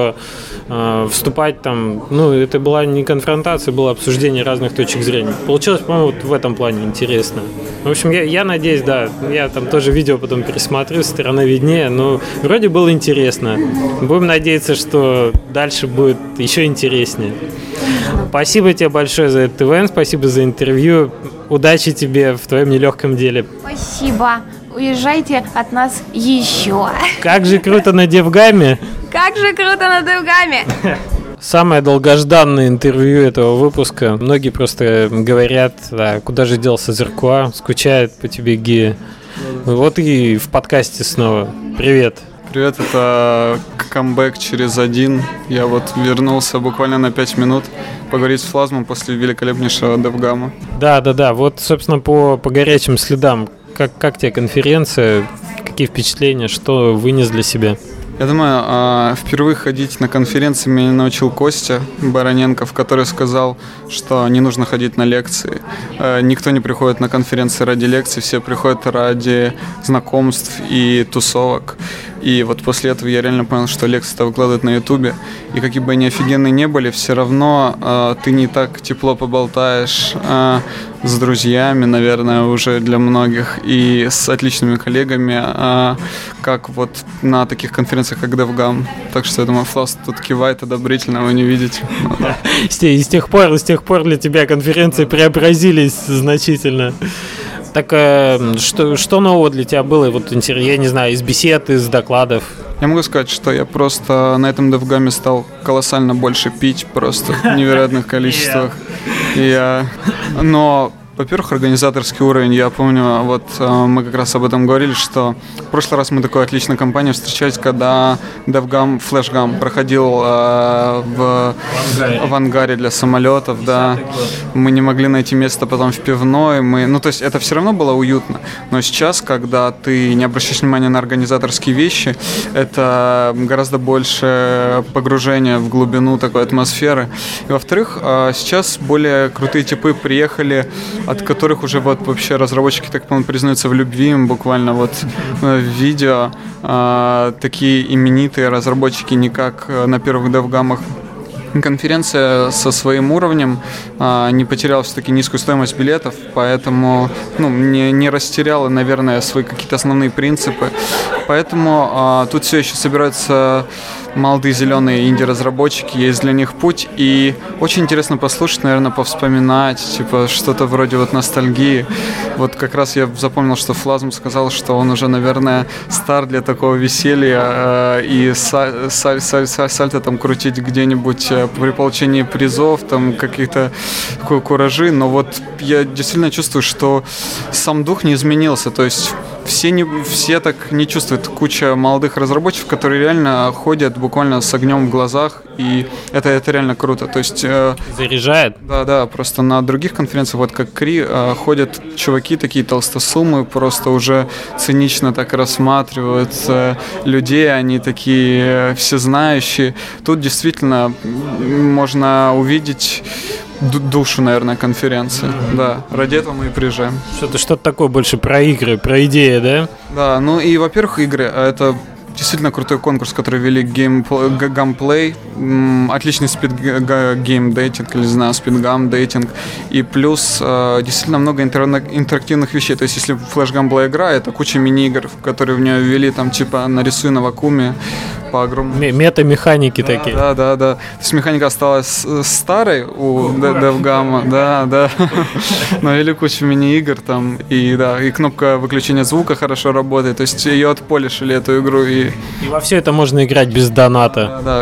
вступать там, ну, это была не конфронтация, было обсуждение разных точек зрения. Получилось, по-моему, вот в этом плане интересно. В общем, я надеюсь, да, я там тоже видео потом пересмотрю, со стороны виднее, но вроде было интересно. Будем надеяться, что дальше будет еще интереснее. Спасибо тебе большое за этот ивент, спасибо за интервью. Удачи тебе в твоем нелегком деле. Спасибо. Уезжайте от нас еще. Как же круто на Девгаме. Как же круто на Девгаме. Самое долгожданное интервью этого выпуска. Многие просто говорят, да, куда же делся Зеркуа, скучает по тебе, Гия. Вот и в подкасте снова. Привет. Привет, это камбэк через один. Я вот вернулся буквально на 5 минут поговорить с Флазмом после великолепнейшего Девгама. Да, вот, собственно, по горячим следам. Как тебе конференция? Какие впечатления? Что вынес для себя? Я думаю, впервые ходить на конференции меня научил Костя Бароненков, который сказал, что не нужно ходить на лекции. Никто не приходит на конференции ради лекций, все приходят ради знакомств и тусовок. И вот после этого я реально понял, что лекции-то выкладывают на Ютубе. И какие бы они офигенные не были, все равно ты не так тепло поболтаешь с друзьями, наверное, уже для многих, и с отличными коллегами, как вот на таких конференциях, как DevGam. Так что я думаю, Флас тут кивает одобрительно, вы не видите. И с тех пор для тебя конференции преобразились значительно. Так что нового для тебя было? Вот, я не знаю, из бесед, из докладов? Я могу сказать, что я просто на этом DevGam'е стал колоссально больше пить, просто в невероятных количествах. Но, во-первых, организаторский уровень. Я помню, вот мы как раз об этом говорили, что в прошлый раз мы такой отличной компанией встречались, когда DevGam, FlashGam проходил в ангаре для самолетов, да. Мы не могли найти место потом в пивной. То есть это все равно было уютно. Но сейчас, когда ты не обращаешь внимания на организаторские вещи, это гораздо больше погружение в глубину такой атмосферы. И, во-вторых, сейчас более крутые типы приехали, от которых уже вот вообще разработчики, так по-моему, признаются в любви им буквально вот в видео. Такие именитые разработчики, не как на первых DevGam'ах. Конференция со своим уровнем не потеряла все-таки низкую стоимость билетов, поэтому не растеряла, наверное, свои какие-то основные принципы. Поэтому тут все еще собираются молодые зеленые инди-разработчики, есть для них путь, и очень интересно послушать, наверное, повспоминать, типа что-то вроде вот ностальгии. Вот как раз я запомнил, что Флазм сказал, что он уже, наверное, стар для такого веселья, и сальто там крутить где-нибудь при получении призов, там каких-то куражи, но вот я действительно чувствую, что сам дух не изменился, то есть все так не чувствуют. Куча молодых разработчиков, которые реально ходят буквально с огнем в глазах, и это реально круто. То есть заряжает? Да, просто на других конференциях, вот как Кри, ходят чуваки такие толстосумы, просто уже цинично так рассматривают людей, они такие всезнающие. Тут действительно можно увидеть душу, наверное, конференции. Да, ради этого мы и приезжаем. Что-то такое больше про игры, про идеи, да? Да, и, во-первых, игры. Это действительно крутой конкурс, который вели Gunplay, отличный спид-гейм-дейтинг, или, не знаю, спид-гам-дейтинг, и плюс действительно много интерактивных вещей. То есть, если Flash Gunplay игра, это куча мини-игр, которые в нее ввели, там, типа, нарисуй на вакууме по огромному... Мета-механики такие. Да. То есть, механика осталась старой у DevGam, да. Но или куча мини-игр там, и кнопка выключения звука хорошо работает, то есть, ее отполишили, эту игру, и во все это можно играть без доната. Да,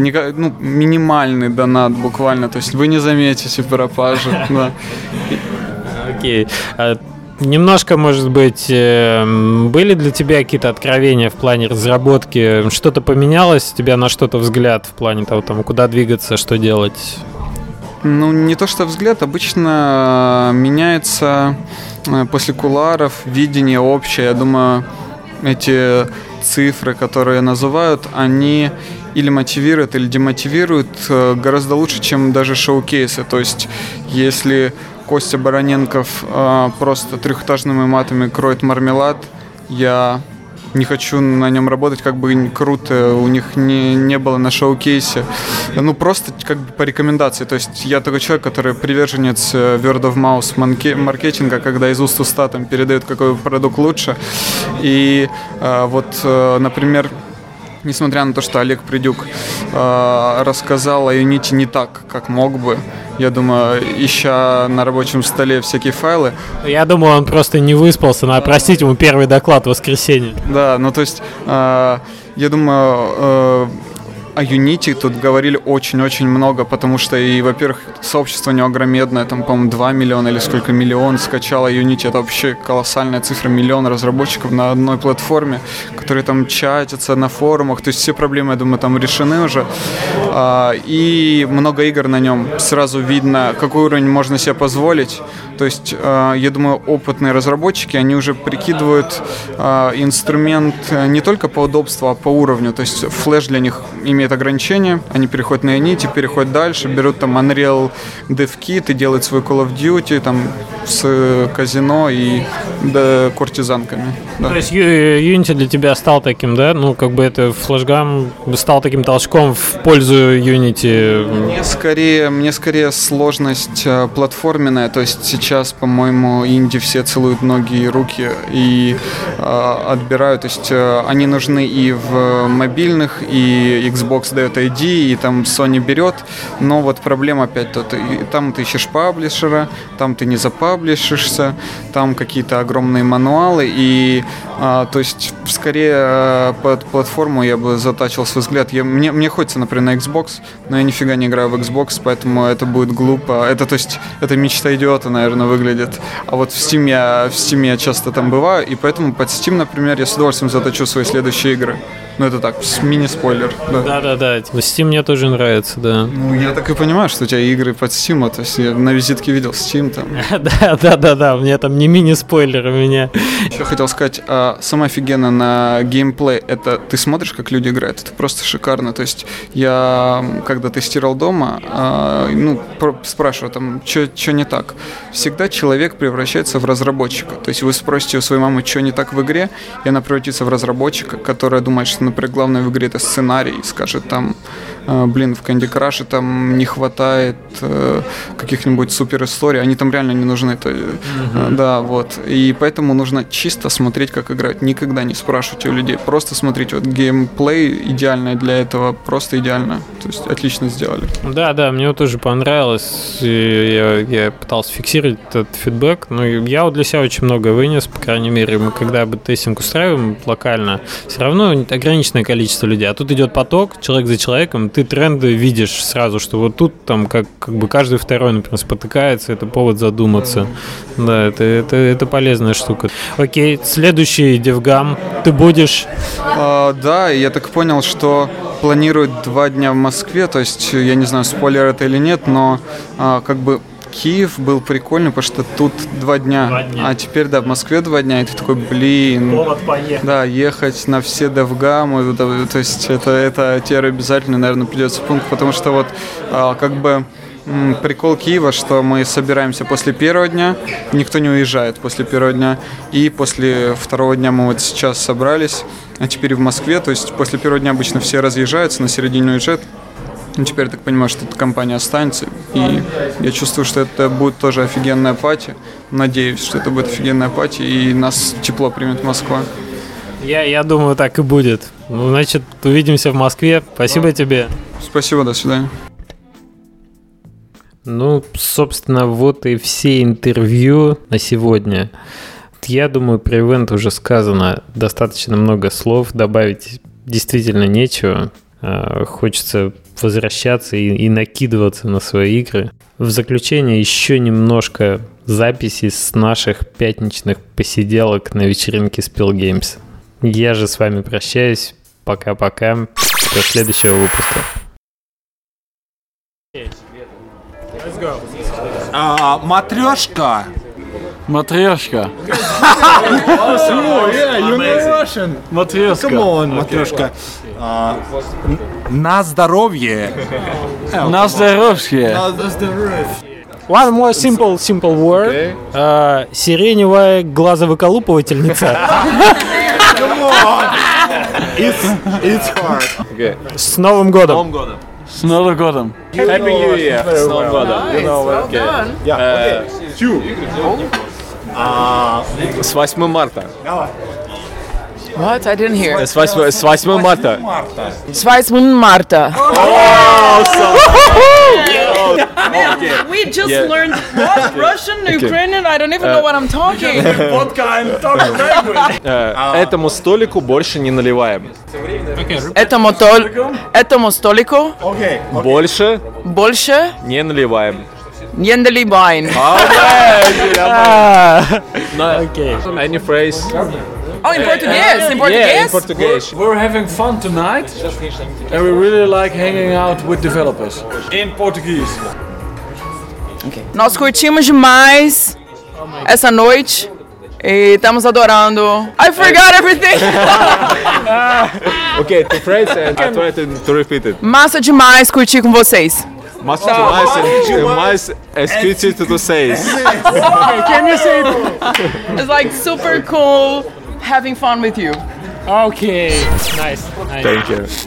минимальный донат буквально, то есть вы не заметите пропажу. Да. Окей. немножко, может быть, были для тебя какие-то откровения в плане разработки? Что-то поменялось у тебя на что-то взгляд в плане того, там, куда двигаться, что делать? Ну, не то что взгляд, обычно меняется после кулуаров видение общее. Я думаю, эти цифры, которые называют, они или мотивируют, или демотивируют гораздо лучше, чем даже шоу-кейсы. То есть, если Костя Бароненков просто трехэтажными матами кроет мармелад, я не хочу на нем работать, как бы круто у них не было на шоу-кейсе. Ну, просто как бы по рекомендации. То есть я такой человек, который приверженец word of mouth маркетинга, когда из уст в уста там передают, какой продукт лучше. И вот, например, несмотря на то, что Олег Придюк рассказал о Unity не так, как мог бы, я думаю, ища на рабочем столе всякие файлы. Я думаю, он просто не выспался, надо простить ему первый доклад в воскресенье. Да, ну то есть, я думаю, о Unity тут говорили очень-очень много, потому что, и, во-первых, сообщество не огромедное, там, по-моему, 2 миллиона или сколько миллион скачало Unity. Это вообще колоссальная цифра, 1 миллион разработчиков на одной платформе, которые там чатятся на форумах. То есть все проблемы, я думаю, там решены уже. И много игр на нем. Сразу видно, какой уровень можно себе позволить. То есть, я думаю, опытные разработчики, они уже прикидывают инструмент не только по удобству, а по уровню. То есть, Flash для них имеет ограничения, они переходят на Unity, переходят дальше, берут там Unreal DevKit и делают свой Call of Duty там с казино и куртизанками. Да. То есть Unity для тебя стал таким, да? Ну, как бы это FlashGam стал таким толчком в пользу Unity? Мне скорее сложность платформенная, то есть сейчас, по-моему, инди все целуют ноги и руки и отбирают, то есть они нужны и в мобильных, и Xbox дает ID, и там Sony берет, но вот проблема опять тут, там ты ищешь паблишера, там ты не запаблишишься, там какие-то огромные мануалы, и то есть скорее под платформу я бы затачивал свой взгляд. Мне хочется, например, на Xbox, но я нифига не играю в Xbox, поэтому это будет глупо. Это, то есть, это мечта идиота, наверное, выглядит. А вот в Steam я часто там бываю, и поэтому под Steam, например, я с удовольствием заточу свои следующие игры. Ну, это так, мини-спойлер. Да. Steam мне тоже нравится, да. Ну, я так и понимаю, что у тебя игры под Steam, то есть я на визитке видел Steam там. Да, у меня там не мини-спойлер, у меня. Еще хотел сказать, самое офигенно на геймплей, это ты смотришь, как люди играют, это просто шикарно. То есть я, когда тестировал дома, спрашиваю там, что не так. Всегда человек превращается в разработчика. То есть вы спросите у своей мамы, что не так в игре, и она превратится в разработчика, которая думает, что, например, главное в игре это сценарий, скажет там, в Candy Crush там не хватает каких-нибудь супер историй, они там реально не нужны. Да, вот. И поэтому нужно чисто смотреть, как играют. Никогда не спрашивайте у людей, просто смотрите. Вот геймплей идеальный для этого, просто идеально. То есть отлично сделали. Да, мне тоже понравилось. Я пытался фиксировать этот фидбэк, но я вот для себя очень много вынес, по крайней мере. Мы когда тестинг устраиваем локально, все равно ограниченное количество людей. А тут идет поток, человек за человеком, ты тренды видишь сразу, что вот тут там как бы каждый второй, например, спотыкается, это повод задуматься. Да, это полезная штука. Окей, следующий DevGam, ты будешь? Да, я так понял, что планируют 2 дня в Москве, то есть, я не знаю, спойлер это или нет, но как бы Киев был прикольный, потому что тут 2 дня. А теперь, да, в Москве 2 дня, и ты такой, повод поехать. Да, ехать на все DevGam, то есть это теперь обязательно, наверное, придется пункт, потому что вот как бы прикол Киева, что мы собираемся после первого дня, никто не уезжает после первого дня, и после второго дня мы вот сейчас собрались, а теперь в Москве, то есть после первого дня обычно все разъезжаются, на середине уезжают. Ну, теперь я так понимаю, что эта компания останется, и я чувствую, что это будет тоже офигенная пати. Надеюсь, что это будет офигенная пати, и нас тепло примет Москва. Я думаю, так и будет. Ну, значит, увидимся в Москве. Спасибо тебе. Спасибо, до свидания. Ну, собственно, вот и все интервью на сегодня. Я думаю, про ивент уже сказано достаточно много слов, добавить действительно нечего. Хочется возвращаться и накидываться на свои игры. В заключение еще немножко записи с наших пятничных посиделок на вечеринке Spill Games. Я же с вами прощаюсь. Пока-пока. До следующего выпуска. Let's go. Матрешка. Матрешка. Матрешка. Come on, матрешка. На здоровье. На здоровье. One more simple word. Сиреневая глазовыколупывательница. Come on. It's hard. Okay. С Новым годом. С Новым годом. Happy New Year. С Новым годом. С 8 марта. What? I didn't hear. С 8 марта. С 8 марта. We just learned what? Russian, Ukrainian, I don't even know what I'm talking. Этому столику больше не наливаем. Этому столику больше не наливаем. Не наливаем. Any phrase? Oh, in Portuguese? In Portuguese? Yeah, in Portuguese. We're having fun tonight, and we really like hanging out with developers. In Portuguese. Nós curtimos demais essa noite e estamos adorando. I forgot everything. Okay, two phrases and I try to repeat it. Massa demais curtir com vocês. Massa demais esqueci de vocês. Can you say it? It's like super cool having fun with you. Okay, nice. Thank you.